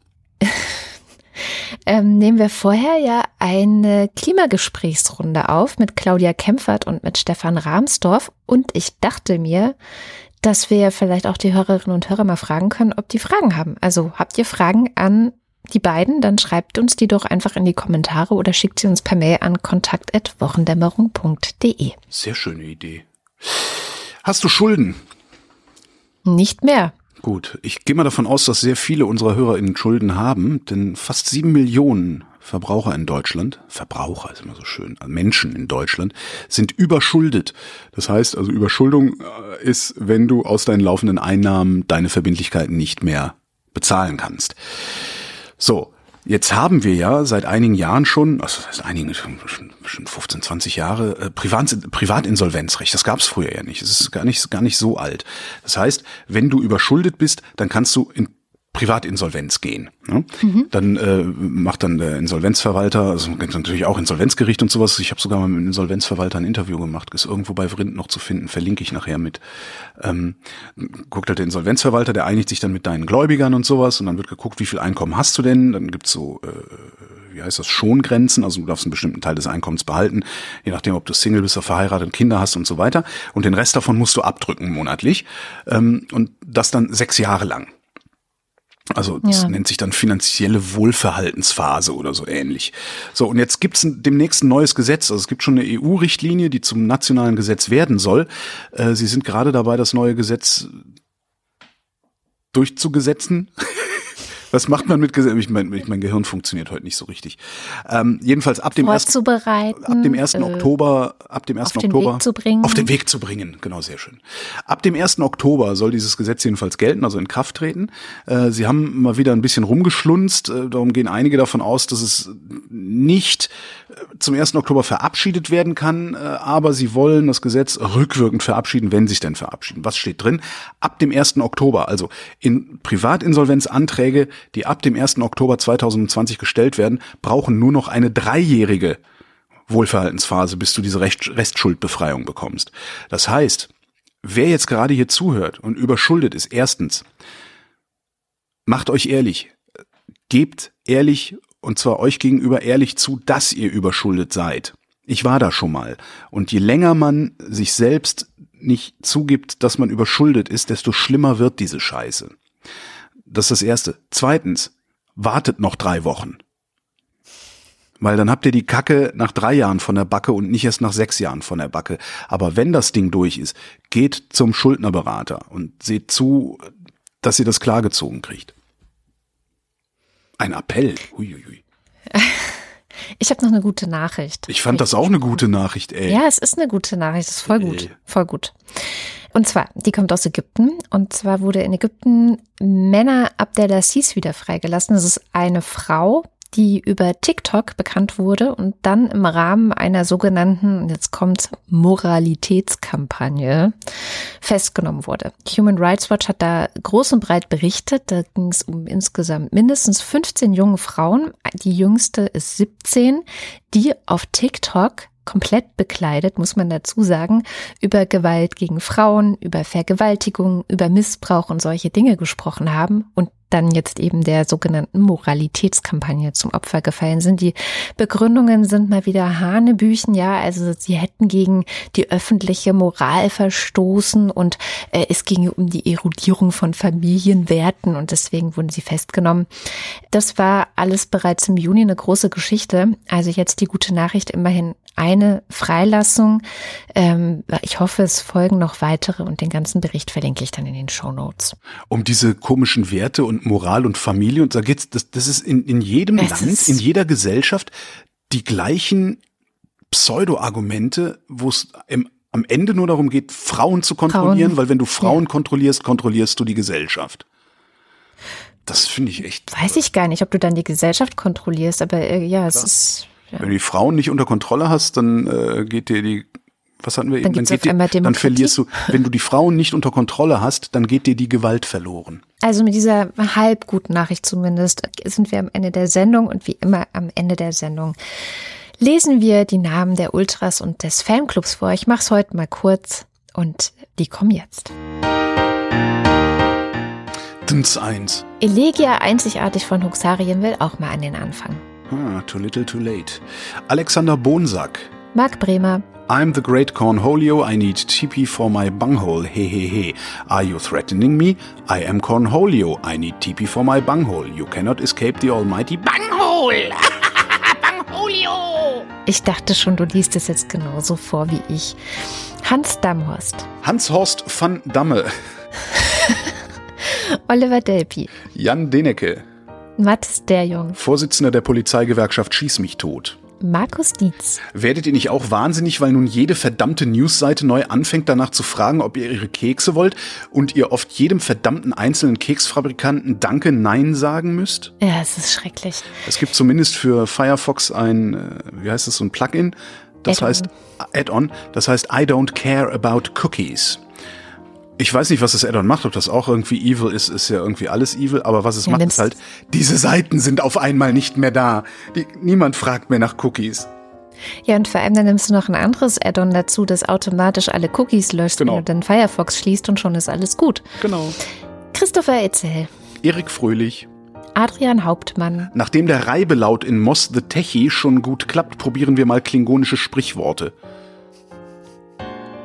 Nehmen wir vorher ja eine Klimagesprächsrunde auf mit Claudia Kempfert und mit Stefan Rahmsdorf. Und ich dachte mir, dass wir vielleicht auch die Hörerinnen und Hörer mal fragen können, ob die Fragen haben. Also habt ihr Fragen an die beiden, dann schreibt uns die doch einfach in die Kommentare oder schickt sie uns per Mail an kontakt@wochendämmerung.de. Sehr schöne Idee. Hast du Schulden? Nicht mehr. Gut, ich gehe mal davon aus, dass sehr viele unserer HörerInnen Schulden haben, denn fast 7 Millionen Verbraucher in Deutschland, Verbraucher ist immer so schön, also Menschen in Deutschland, sind überschuldet. Das heißt, also Überschuldung ist, wenn du aus deinen laufenden Einnahmen deine Verbindlichkeiten nicht mehr bezahlen kannst. So, jetzt haben wir ja seit einigen Jahren schon, also das heißt schon 15, 20 Jahre, Privatinsolvenzrecht. Das gab es früher ja nicht. Es ist gar nicht so alt. Das heißt, wenn du überschuldet bist, dann kannst du in Privatinsolvenz gehen. Ne? Dann macht dann der Insolvenzverwalter, also gibt natürlich auch Insolvenzgericht und sowas. Ich habe sogar mal mit einem Insolvenzverwalter ein Interview gemacht, ist irgendwo bei Vrind noch zu finden, verlinke ich nachher mit. Guckt halt der Insolvenzverwalter, der einigt sich dann mit deinen Gläubigern und sowas und dann wird geguckt, wie viel Einkommen hast du denn? Dann gibt's so Schongrenzen, also du darfst einen bestimmten Teil des Einkommens behalten, je nachdem, ob du Single bist oder verheiratet, Kinder hast und so weiter. Und den Rest davon musst du abdrücken monatlich und das dann 6 Jahre lang. Also das nennt sich dann finanzielle Wohlverhaltensphase oder so ähnlich. So, und jetzt gibt's demnächst ein neues Gesetz. Also es gibt schon eine EU-Richtlinie, die zum nationalen Gesetz werden soll. Sie sind gerade dabei, das neue Gesetz durchzugesetzen. Was macht man mit Gesetz? Mein Gehirn funktioniert heute nicht so richtig. Jedenfalls ab dem 1. Oktober auf den Weg zu bringen. Genau, sehr schön. Ab dem 1. Oktober soll dieses Gesetz jedenfalls gelten, also in Kraft treten. Sie haben mal wieder ein bisschen rumgeschlunzt. Darum gehen einige davon aus, dass es nicht zum 1. Oktober verabschiedet werden kann, aber sie wollen das Gesetz rückwirkend verabschieden, wenn sie es denn verabschieden. Was steht drin? Ab dem 1. Oktober, also in Privatinsolvenzanträge, die ab dem 1. Oktober 2020 gestellt werden, brauchen nur noch eine 3-jährige Wohlverhaltensphase, bis du diese Restschuldbefreiung bekommst. Das heißt, wer jetzt gerade hier zuhört und überschuldet ist, erstens, macht euch ehrlich, gebt ehrlich und zwar euch gegenüber ehrlich zu, dass ihr überschuldet seid. Ich war da schon mal. Und je länger man sich selbst nicht zugibt, dass man überschuldet ist, desto schlimmer wird diese Scheiße. Das ist das Erste. Zweitens, wartet noch 3 Wochen. Weil dann habt ihr die Kacke nach 3 Jahren von der Backe und nicht erst nach 6 Jahren von der Backe. Aber wenn das Ding durch ist, geht zum Schuldnerberater und seht zu, dass ihr das klargezogen kriegt. Ein Appell. Huiuiui. Ich habe noch eine gute Nachricht. Ich fand das auch eine gute Nachricht, ey. Ja, es ist eine gute Nachricht. Das ist voll gut. Voll gut. Und zwar, die kommt aus Ägypten. Und zwar wurde in Ägypten Mena Abdelaziz wieder freigelassen. Das ist eine Frau, die über TikTok bekannt wurde und dann im Rahmen einer sogenannten, und jetzt kommt, Moralitätskampagne festgenommen wurde. Human Rights Watch hat da groß und breit berichtet. Da ging es um insgesamt mindestens 15 junge Frauen. Die jüngste ist 17, die auf TikTok komplett bekleidet, muss man dazu sagen, über Gewalt gegen Frauen, über Vergewaltigung, über Missbrauch und solche Dinge gesprochen haben und dann jetzt eben der sogenannten Moralitätskampagne zum Opfer gefallen sind. Die Begründungen sind mal wieder Hanebüchen, ja, also sie hätten gegen die öffentliche Moral verstoßen und es ginge um die Erodierung von Familienwerten und deswegen wurden sie festgenommen. Das war alles bereits im Juni eine große Geschichte, also jetzt die gute Nachricht, immerhin eine Freilassung. Ich hoffe, es folgen noch weitere und den ganzen Bericht verlinke ich dann in den Shownotes. Um diese komischen Werte und Moral und Familie, und da geht's, das ist in jedem Land, in jeder Gesellschaft die gleichen Pseudo-Argumente, wo es am Ende nur darum geht, Frauen zu kontrollieren, weil wenn du Frauen kontrollierst, kontrollierst du die Gesellschaft. Das finde ich echt. Weiß ich gar nicht, ob du dann die Gesellschaft kontrollierst, aber es ist. Ja. Wenn du die Frauen nicht unter Kontrolle hast, dann geht dir die, was hatten wir eben? Dann verlierst du, wenn du die Frauen nicht unter Kontrolle hast, dann geht dir die Gewalt verloren. Also mit dieser halb guten Nachricht zumindest sind wir am Ende der Sendung und wie immer am Ende der Sendung lesen wir die Namen der Ultras und des Fanclubs vor. Ich mache es heute mal kurz und die kommen jetzt. 1. Elegia einzigartig von Huxarien will auch mal an den Anfang. Too little too late. Alexander Bonsack. Marc Bremer. I'm the great Cornholio, I need TP for my bunghole, hehehe. Are you threatening me? I am Cornholio, I need TP for my bunghole. You cannot escape the almighty bunghole. Bungholio! Ich dachte schon, du liest es jetzt genauso vor wie ich. Hans Damhorst. Hans-Horst van Damme. Oliver Delpi. Jan Denecke. Mathis Derjong. Vorsitzender der Polizeigewerkschaft Schieß mich tot. Markus Dietz. Werdet ihr nicht auch wahnsinnig, weil nun jede verdammte Newsseite neu anfängt, danach zu fragen, ob ihr ihre Kekse wollt und ihr oft jedem verdammten einzelnen Keksfabrikanten Danke, Nein sagen müsst? Ja, es ist schrecklich. Es gibt zumindest für Firefox ein, so ein Plugin, das heißt Add-on, das heißt I don't care about cookies. Ich weiß nicht, was das Add-on macht, ob das auch irgendwie evil ist ja irgendwie alles evil, aber was es macht, ist halt, diese Seiten sind auf einmal nicht mehr da. Niemand fragt mehr nach Cookies. Ja, und vor allem dann nimmst du noch ein anderes Add-on dazu, das automatisch alle Cookies löscht, wenn du dann Firefox schließt und schon ist alles gut. Genau. Christopher Etzel. Erik Fröhlich. Adrian Hauptmann. Nachdem der Reibelaut in Mos the Techie schon gut klappt, probieren wir mal klingonische Sprichworte.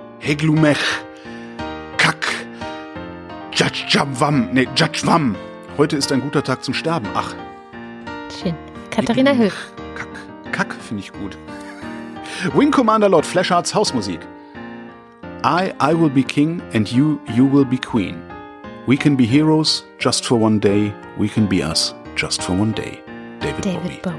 Heglumech. Kak. Jatschwam. Heute ist ein guter Tag zum Sterben. Ach. Schön. Katharina Höh. Kack finde ich gut. Wing Commander Lord Fleshards Hausmusik. I will be king and you will be queen. We can be heroes just for one day. We can be us just for one day. David Bowie.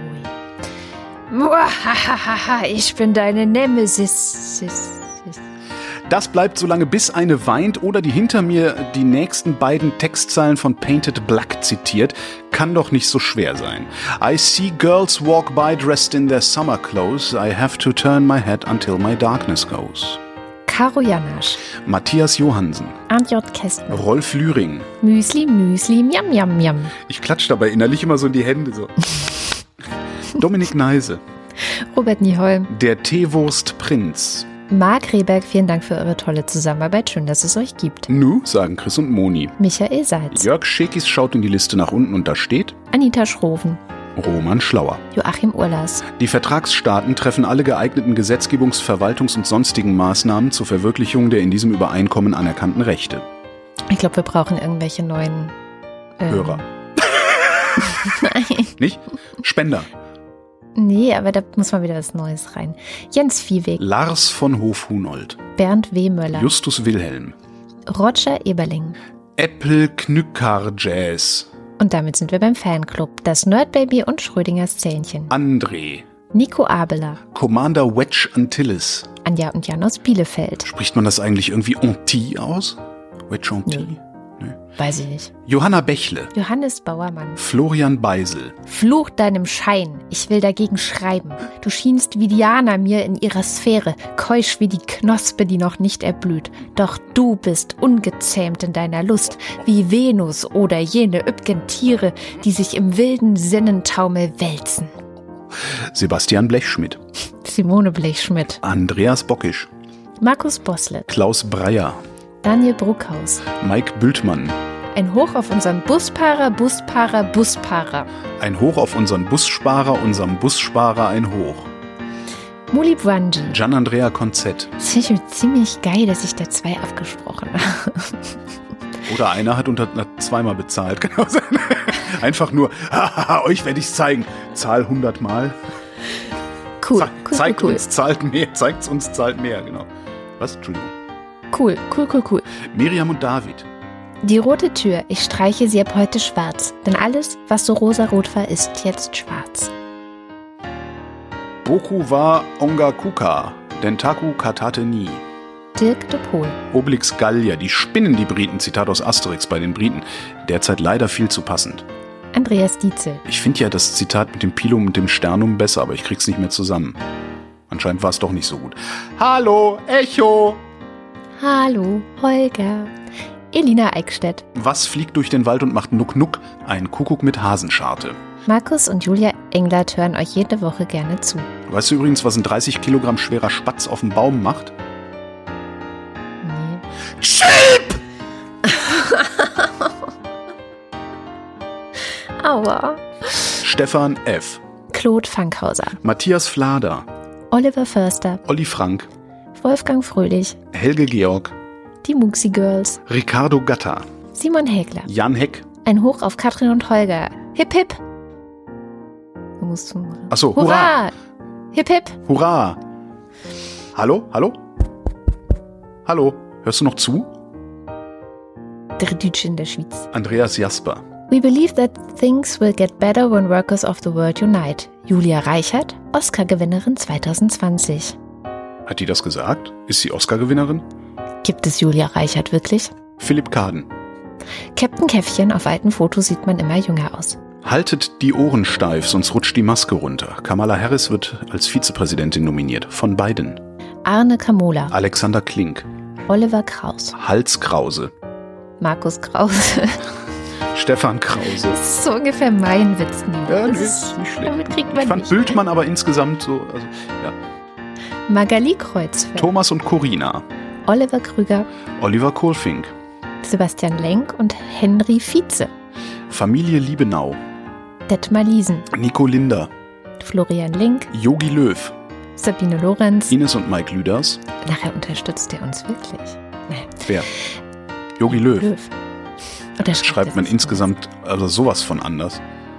Muahahaha, ich bin deine Nemesis. Das bleibt so lange, bis eine weint oder die hinter mir die nächsten beiden Textzeilen von Painted Black zitiert. Kann doch nicht so schwer sein. I see girls walk by dressed in their summer clothes. I have to turn my head until my darkness goes. Karo Janasch. Matthias Johansen. Arndt J. Kästner. Rolf Lühring. Müsli, miam, miam, miam. Ich klatsche dabei innerlich immer so in die Hände. So. Dominik Neise. Robert Nieholm. Der Teewurst-Prinz. Marc Rehberg, vielen Dank für eure tolle Zusammenarbeit. Schön, dass es euch gibt. Nu, sagen Chris und Moni. Michael Seitz. Jörg Schekis schaut in die Liste nach unten und da steht Anita Schroven. Roman Schlauer. Joachim Urlas. Die Vertragsstaaten treffen alle geeigneten Gesetzgebungs-, Verwaltungs- und sonstigen Maßnahmen zur Verwirklichung der in diesem Übereinkommen anerkannten Rechte. Ich glaube, wir brauchen irgendwelche neuen Hörer. Nein. Nicht? Spender. Nee, aber da muss mal wieder was Neues rein. Jens Viehweg. Lars von Hof-Hunold. Bernd W. Möller. Justus Wilhelm. Roger Eberling. Apple Knückar Jazz. Und damit sind wir beim Fanclub. Das Nerdbaby und Schrödingers Zähnchen. André. Nico Abeler. Commander Wedge Antilles. Anja und Jan aus Bielefeld. Spricht man das eigentlich irgendwie Anti aus? Wedge Antilles? Nee. Weiß ich nicht. Johanna Bächle. Johannes Bauermann. Florian Beisel. Fluch deinem Schein, ich will dagegen schreiben. Du schienst wie Diana mir in ihrer Sphäre, keusch wie die Knospe, die noch nicht erblüht. Doch du bist ungezähmt in deiner Lust, wie Venus oder jene üppgen Tiere, die sich im wilden Sinnentaumel wälzen. Sebastian Blechschmidt. Simone Blechschmidt. Andreas Bockisch. Markus Bosslet. Klaus Breyer. Daniel Bruckhaus. Mike Bültmann. Ein Hoch auf unseren Buspaarer. Ein Hoch auf unseren Bussparer, unserem Bussparer ein Hoch. Muli Bwanji. Gian-Andrea Konzett. Das finde ich ziemlich geil, dass ich da 2 abgesprochen habe. Oder einer hat zweimal bezahlt. Genau. Einfach nur, euch werde ich es zeigen. Zahl 100 Mal. Cool. Zeigt uns, zahlt mehr. Zeigt's uns, zahlt mehr. Genau. Was? Entschuldigung. Cool. Miriam und David. Die rote Tür, ich streiche sie ab heute schwarz, denn alles, was so rosarot war, ist jetzt schwarz. Boku wa Ongakuka, Dentaku katate ni. Dirk de Pohl. Obelix Gallia, die spinnen die Briten, Zitat aus Asterix bei den Briten. Derzeit leider viel zu passend. Andreas Dietzel. Ich finde ja das Zitat mit dem Pilum und dem Sternum besser, aber ich krieg's nicht mehr zusammen. Anscheinend war es doch nicht so gut. Hallo, Echo! Hallo, Holger. Elina Eickstedt. Was fliegt durch den Wald und macht Nuck-Nuck? Ein Kuckuck mit Hasenscharte. Markus und Julia Englert hören euch jede Woche gerne zu. Weißt du übrigens, was ein 30 Kilogramm schwerer Spatz auf dem Baum macht? Nee. Chip! Aua. Stefan F. Claude Fankhauser. Matthias Flader. Oliver Förster. Olli Frank. Wolfgang Fröhlich. Helge Georg. Die Muxi Girls. Ricardo Gatter. Simon Hägler. Jan Heck. Ein Hoch auf Katrin und Holger. Hip hip. Du musst machen. Achso, hurra! Hip hip. Hurra! Hallo? Hallo? Hörst du noch zu? Der Deutsche in der Schweiz. Andreas Jasper. We believe that things will get better when workers of the world unite. Julia Reichert, Oscar-Gewinnerin 2020. Hat die das gesagt? Ist sie Oscar-Gewinnerin? Gibt es Julia Reichert wirklich? Philipp Kaden. Captain Käffchen, auf alten Fotos sieht man immer jünger aus. Haltet die Ohren steif, sonst rutscht die Maske runter. Kamala Harris wird als Vizepräsidentin nominiert. Von Biden. Arne Kamola. Alexander Klink. Oliver Kraus. Hals Krause. Markus Krause. Stefan Krause. Das ist so ungefähr mein Witz. Ja, nee, ist nicht schlimm. Damit kriegt man ich fand nicht Bültmann aber insgesamt so, also, ja. Magali Kreuzfeld. Thomas und Corina. Oliver Krüger. Oliver Kohlfink. Sebastian Lenk und Henry Vize. Familie Liebenau. Detmar Liesen. Nico Linder. Florian Link. Jogi Löw. Sabine Lorenz. Ines und Mike Lüders. Nachher unterstützt er uns wirklich. Wer? Jogi Löw. Das schreibt man insgesamt also sowas von anders.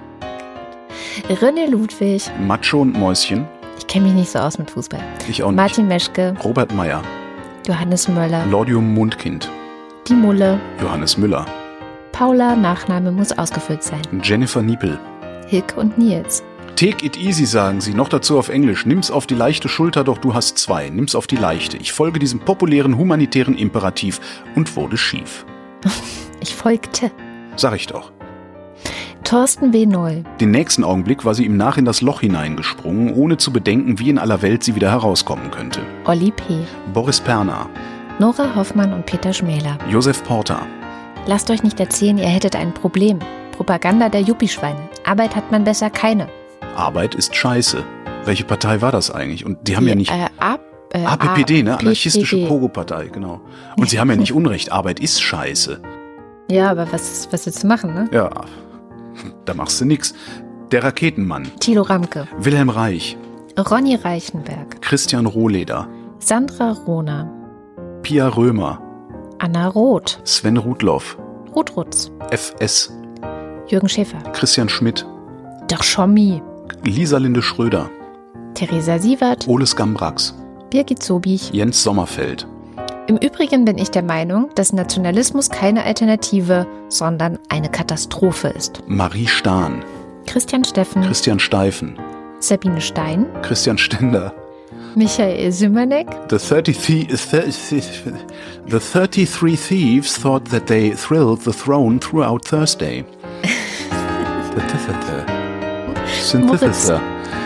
René Ludwig. Macho und Mäuschen. Ich kenne mich nicht so aus mit Fußball. Ich auch nicht. Martin Meschke. Robert Meyer. Johannes Möller. Lordium Mundkind. Die Mulle. Johannes Müller. Paula, Nachname muss ausgefüllt sein. Jennifer Niepel. Hilke und Nils. Take it easy, sagen sie, noch dazu auf Englisch. Nimm's auf die leichte Schulter, doch du hast zwei. Nimm's auf die leichte. Ich folge diesem populären humanitären Imperativ und wurde schief. Ich folgte. Sag ich doch. Thorsten W. Noll. Den nächsten Augenblick war sie ihm nach in das Loch hineingesprungen, ohne zu bedenken, wie in aller Welt sie wieder herauskommen könnte. Olli P. Boris Perner. Nora Hoffmann und Peter Schmäler. Josef Porter. Lasst euch nicht erzählen, ihr hättet ein Problem. Propaganda der Yuppie-Schweine. Arbeit hat man besser keine. Arbeit ist scheiße. Welche Partei war das eigentlich? Und die haben ja nicht... APPD, ne? Anarchistische Pogo-Partei, genau. Und sie haben ja nicht Unrecht. Arbeit ist scheiße. Ja, aber was willst du machen, ne? Ja, da machst du nix. Der Raketenmann. Thilo Ramke. Wilhelm Reich. Ronny Reichenberg. Christian Rohleder. Sandra Rohner. Pia Römer. Anna Roth. Sven Rudloff. Ruth Rutz. FS. Jürgen Schäfer. Christian Schmidt. Doch Schommi. Lisa Linde Schröder. Theresa Sievert. Ole Skambrax. Birgit Sobich. Jens Sommerfeld. Im Übrigen bin ich der Meinung, dass Nationalismus keine Alternative, sondern eine Katastrophe ist. Marie Stahn. Christian Steffen. Christian Steifen. Sabine Stein. Christian Stender. Michael Szymanek. The 33 thieves thought that they thrilled the throne throughout Thursday. Synthesis.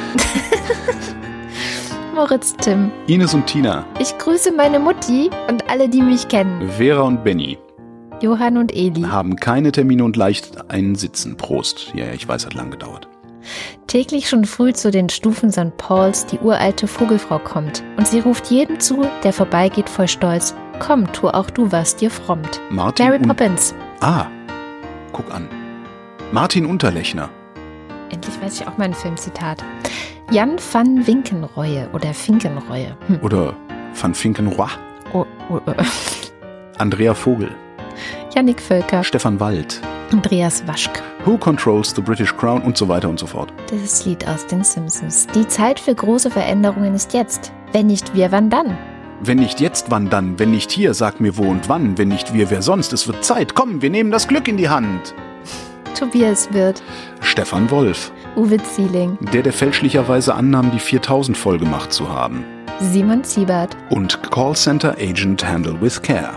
Moritz Timm. Ines und Tina. Ich grüße meine Mutti und alle, die mich kennen. Vera und Benny. Johann und Eli. Haben keine Termine und leicht einen Sitzen. Prost. Ja, ich weiß, hat lang gedauert. Täglich schon früh zu den Stufen St. Pauls die uralte Vogelfrau kommt. Und sie ruft jedem zu, der vorbeigeht voll Stolz. Komm, tu auch du, was dir frommt. Mary Poppins. Guck an. Martin Unterlechner. Endlich weiß ich auch mein Filmzitat. Jan van Winkenreue oder Finkenreue. Oder van Finkenroy. Andrea Vogel. Jannik Völker. Stefan Wald. Andreas Waschk. Who Controls the British Crown und so weiter und so fort. Das Lied aus den Simpsons. Die Zeit für große Veränderungen ist jetzt. Wenn nicht wir, wann dann? Wenn nicht jetzt, wann dann? Wenn nicht hier, sag mir wo und wann. Wenn nicht wir, wer sonst? Es wird Zeit. Komm, wir nehmen das Glück in die Hand. Tobias Wirth. Stefan Wolf. Uwe Zieling. Der fälschlicherweise annahm, die 4000 voll gemacht zu haben. Simon Siebert. Und Callcenter Agent Handle with Care.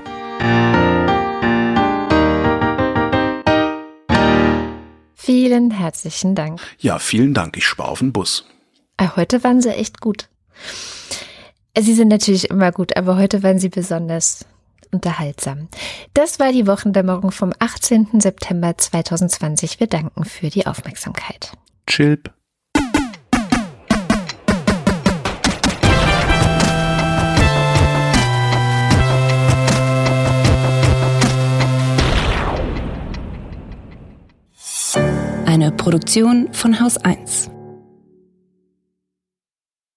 Vielen herzlichen Dank. Ja, vielen Dank. Ich spare auf den Bus. Heute waren sie echt gut. Sie sind natürlich immer gut, aber heute waren sie besonders unterhaltsam. Das war die Wochendämmerung vom 18. September 2020. Wir danken für die Aufmerksamkeit. Chilp. Eine Produktion von Haus 1.